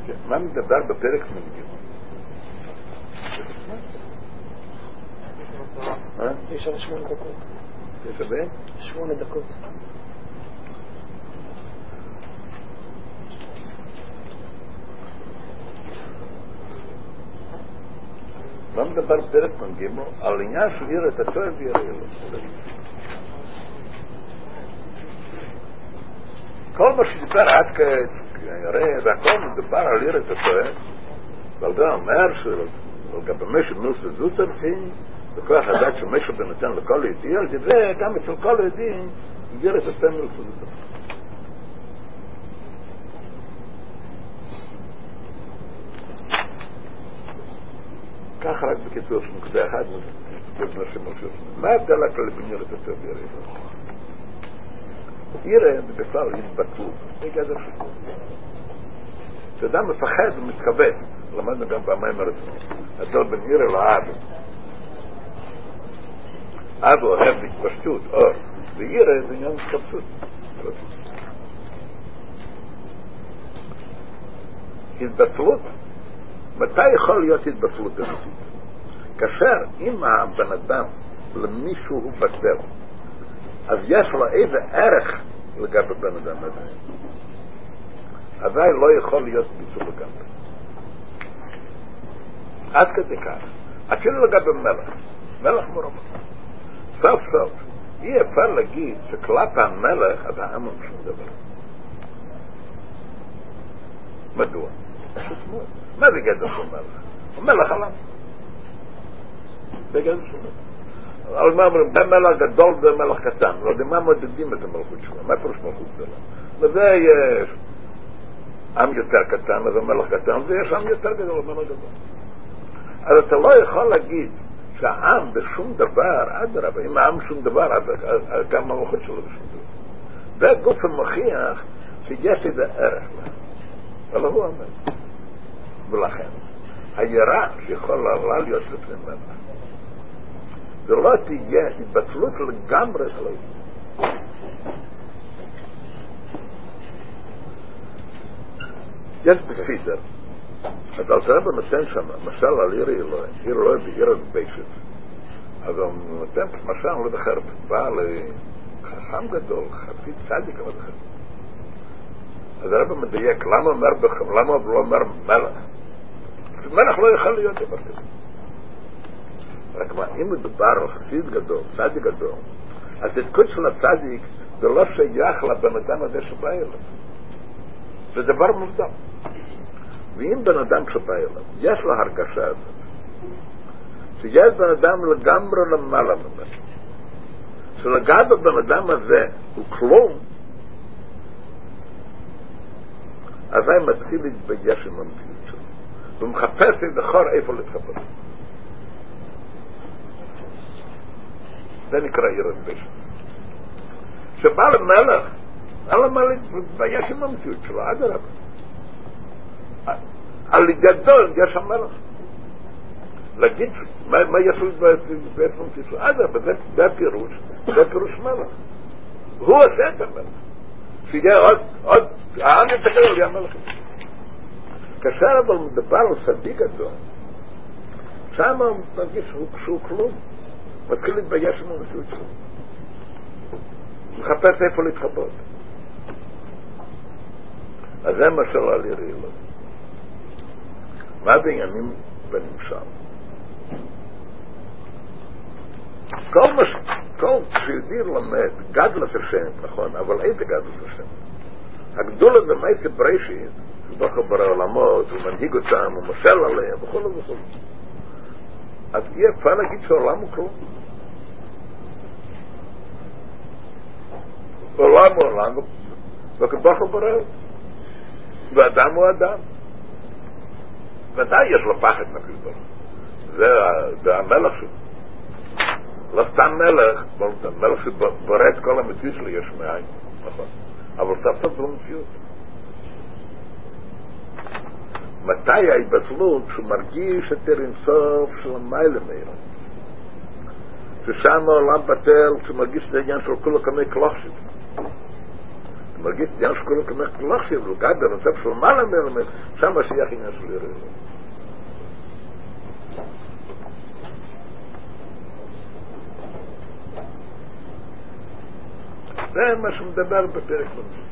מה מדבר בפרק מנגיב? יש על 8 דקות. יש הרבה? 8 דקות. מה מדבר בפרק מנגיב? על עניין של עיר את הטוב ויראה לו. כל מה שדיבר עד כנראה, והכל מדבר על עיר את הטוב, ועל זה אומר שלגבי משהו מילס וזוטרסין, בכוח הדת שמשהו בנותן לכל ידיע, על זה גם אצל כל ידיעים עיר את הטוב מילס וזוטרסין. כך רק בקיצור שמוקדה אחד, מה ההבדל הכללי בין עיר את הטוב ויראה לו? עירה בכלל התבטלות, זה גדר שיקול. כשאדם מפחד ומתכבד, למדנו גם פעמיים הרצון, הדול בין עירה לאבו. אבו אוהב להתפשטות, אור, ועירה זה עניין התכבדות. התבטלות, מתי יכול להיות התבטלות אמיתית? כאשר אם הבן אדם למישהו הוא בטל, אז יש לו איזה ערך לגבי בן אדם הזה. עדיין לא יכול להיות ביצוע לגמרי. עד כדי כך. אפילו לגבי מלך מורמה. סוף סוף, אי אפשר להגיד שכלפי המלך אז העם הוא שום דבר. מדוע? מה זה גדר של מלך? הוא מלך עליו. זה גדר של מלך. אבל מה אומרים, זה מלך גדול ומלך קטן, לא יודע מה מודדים את המלכות שלו, מה פרוש מלכות שלו? וזה יש עם יותר קטן, אז המלך קטן, ויש עם יותר גדול, המלך גדול. אז אתה לא יכול להגיד שהעם בשום דבר, אדרבה, אם העם שום דבר, גם המלכות שלו בשום דבר. זה גוף המוכיח שיש איזה ערך לה. אבל הוא אומר. ולכן, היראה שיכולה להיות לפני מלך. זה לא תהיה התבטלות לגמרי שלו. יש בסידר, אז אל תראה בנותן שם, משל על עיר אלוהים, עיר אלוהים בעיר הדבשת. אז הוא נותן משל, לא דחר, בא לחכם גדול, חסיד צדיק, אבל דחר. אז הרב מדייק, למה הוא לא אומר מלך? מלך לא יכול להיות דבר כזה. רק מה, אם מדובר על חסיד גדול, צדיק גדול, אז התקוד של הצדיק זה לא שייך לבן אדם הזה שבא אליו. זה דבר מובדל. ואם בן אדם שבא אליו, יש לו הרגשה הזאת, שיש בן אדם לגמרי למעלה ממנו, שלגבי בן אדם הזה הוא כלום, אז הוא מתחיל להתבייש עם המציאות שלו. הוא מחפש לבחור איפה להתחפש. זה נקרא עיר הדבשת. שבא למלך, אין לו מה להתבייש עם המציאות שלו, עד הרב. על גדול יש המלך. להגיד מה יש לו להתבייש עם המציאות שלו, עד הרב, זה פירוש מלך. הוא עושה את המלך. שיהיה עוד, העם יתגל לי המלך. כאשר אבל מדבר על צדיק גדול, שם הוא מרגיש שהוא כלום. מתחיל להתבייש עם המציאות שלו. מחפש איפה להתחבות. אז זה מה שלא על ירי לו. מה בעניינים בנמשל? כל כשיהודי לומד גדלת השם, נכון, אבל איזה גדלת השם? הגדולה במייסי בראשית, שבחר ברא עולמות, הוא מנהיג אותם, הוא משל עליהם, וכל וכל. אז אי אפשר להגיד שהעולם הוא כלום. עולם הוא עולם, וכבחר ברא, ואדם הוא אדם. ודאי יש לו פחד מהקדוש. זה המלך שלו. לא סתם מלך, מלך שבורא את כל המציאות שלו יש מאין, נכון. אבל סוף סוף זו מציאות. מתי ההתבטלות שהוא מרגיש את הרנסוף של המיילה מהירה? ששם העולם בטל, כשהוא מרגיש את העניין של כולו כמי קלוחשת. מרגיש דיין שכולו כמך כלוך שיבלו, גד במצב של מעלה מלמד, שם השייך עניין של יראה. זה מה שמדבר בפרק מנהל.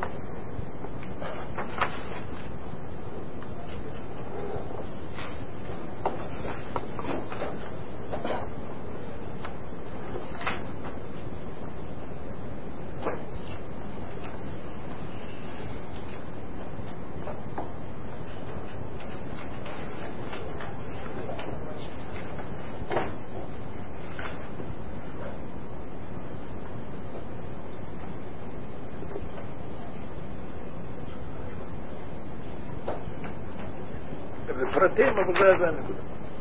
פרטים, אבל זה הנקודה.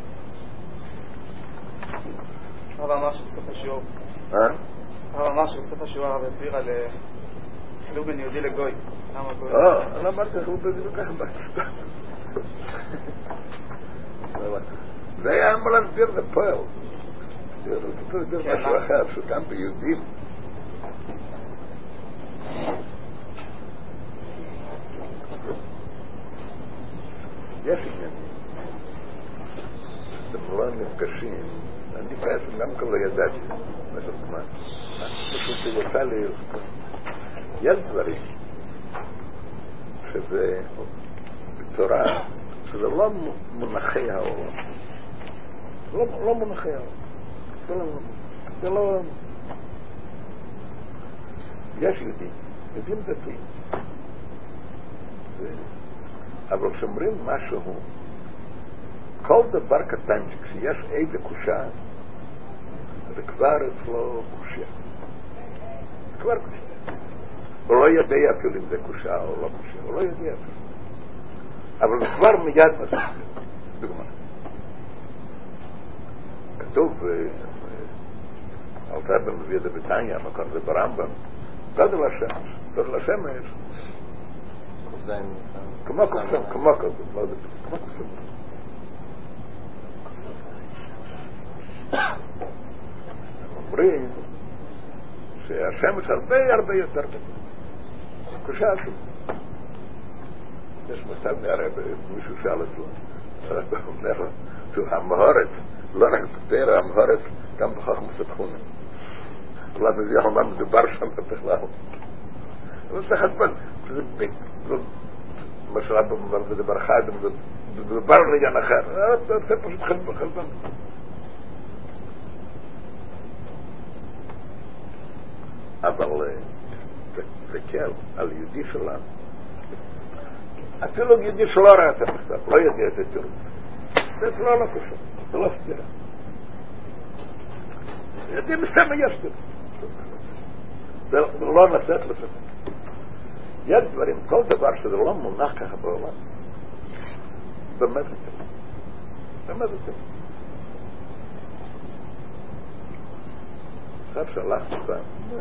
הרב אמר שבסוף השיעור. הרב אמר שבסוף השיעור הרב הסביר על חילוק בין יהודי לגוי. למה גוי? אני אמרתי חילוק בין יהודי ככה בסתם. זה היה אמור להסביר בפועל. זה רצו להסביר משהו אחר, שגם ביהודים. יש עניינים. אתם לא נפגשים, אני בעצם גם כל לא ידעתי משהו זמן. פשוט יצא לי, יש דברים שזה בתורה, שזה לא מונחי העולם. לא מונחי העולם. זה לא... יש יודעים דתיים. אבל כשאומרים משהו, כל דבר קטן כשיש איזה קושה, זה כבר אצלו קושיה. זה כבר קושיה. הוא לא יודע אפילו אם זה קושה או לא קושיה, הוא לא יודע אפילו. אבל זה כבר מיד מספיק. דוגמה. כתוב, אלתר רבי מביא את זה בתניא, מקור זה ברמב"ם, גודל השמש. גודל השמש. כמו כוסם. אומרים שהשמש הרבה יותר גדול. קושה עצום. יש מצב נראה מישהו שאל אצלו. הרב אומר שהוא המהורת, לא רק בתורה המהורת, גם בחוכמת התכונה. אולי מזיח מה מדובר שם בכלל. אבל זה חשבון. מה שרב אומר זה דבר אחד, מדובר לעניין אחר. זה פשוט חלבן. אבל זה כן, על יהודי שלנו. אפילו יהודי שלא ראה את המכתב, לא יודע את התירוץ. זה לא קשור, זה לא סתירה. יהודי מסתם יש תירוץ. זה לא נצאת לספק. יש דברים, כל דבר שזה לא מונח ככה בעולם, באמת זה תירוץ. באמת זה תירוץ. עכשיו שהלכנו פעם,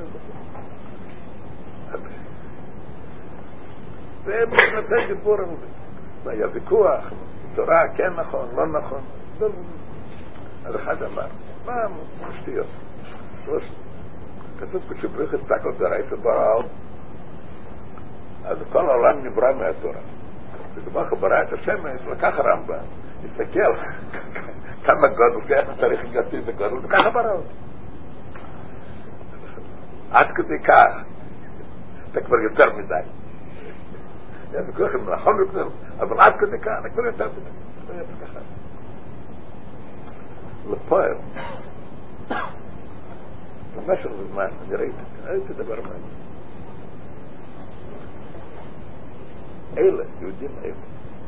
זה מבחינתי דיבור על זה. היה ויכוח, תורה כן נכון, לא נכון. אז אחד אמר, מה שטויות? כתוב כשבריחת תקל דרייתא ברא, אז כל העולם נברא מהתורה. וכמו ברא את השמש, לקח הרמב"ם, הסתכל כמה גודל, איך צריך לגתי זה גודל, וככה ברא אותו. עד כדי כך, אתה כבר יותר מדי. זה ככה נכון יותר, אבל עד כדי כך, אתה כבר יותר מדי. לא יהיה ככה. לפועל, במשך זמן, אני ראיתי דבר מעניין. אלה, יהודים אלה,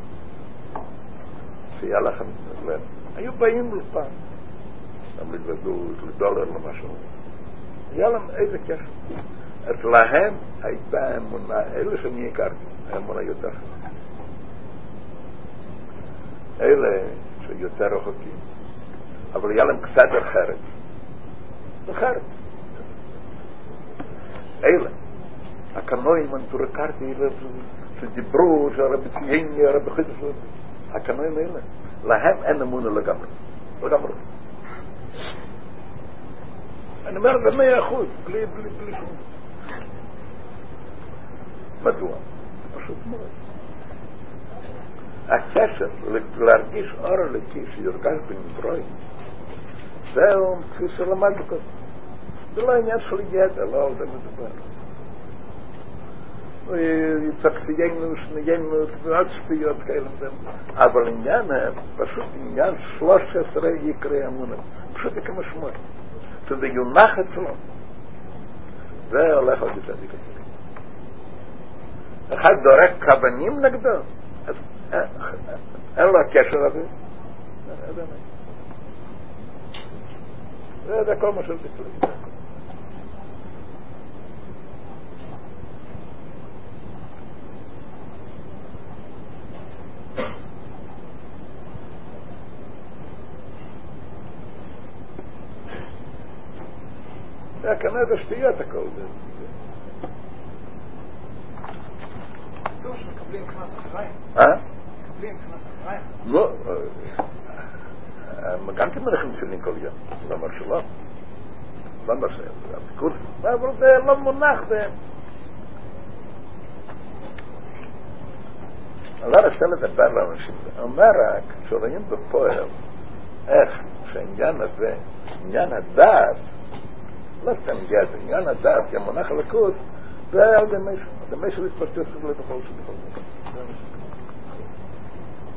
שהיה לכם, היו באים לפעם, למתוודות, לדולר, למשהו. היה להם איזה כיף. אצלהם הייתה אמונה, אלה שאני הכרתי, האמונה יותר. אלה שיותר רחוקים, אבל היה להם קצת אחרת. אחרת. אלה, הקנועים, אני הכרתי, שדיברו, שהרבי צייני, הרבי חידוש, הקנועים האלה, להם אין אמונה לגמרי. לגמרי. אני אומר, זה 100%, בלי שום. מדוע? פשוט מאוד. הקשר להרגיש אור אלוקי שיורגש בנברוי, זהו כפי שלמדנו קודם. זה לא עניין של ידע, לא על זה מדובר. צריך סיינו ועוד שטויות כאלה. אבל עניין, פשוט עניין 13 יקרי אמונה. פשוט כמשמעות. שזה יונח אצלו. זה הולך על בצדיק הצדיק. אחד דורק כוונים נגדו, אז אין לו הקשר הזה. זה כל מה שזה כלי. זה כנראה שטויות הכל. טוב שמקבלים כנס אחריים. מקבלים כנס אחריים. לא, גם כן מלכים תפילין כל יום. לא אומר שלא. לא אומר שלא. אבל זה לא מונח בהם. אני לא רוצה לדבר לאנשים. אומר רק שרואים בפועל איך שהעניין הזה, עניין הדעת, לא סתם גז, עניין הדעת, כמונח הלכות, זה על דמשל התפשטות לבכל שבכל.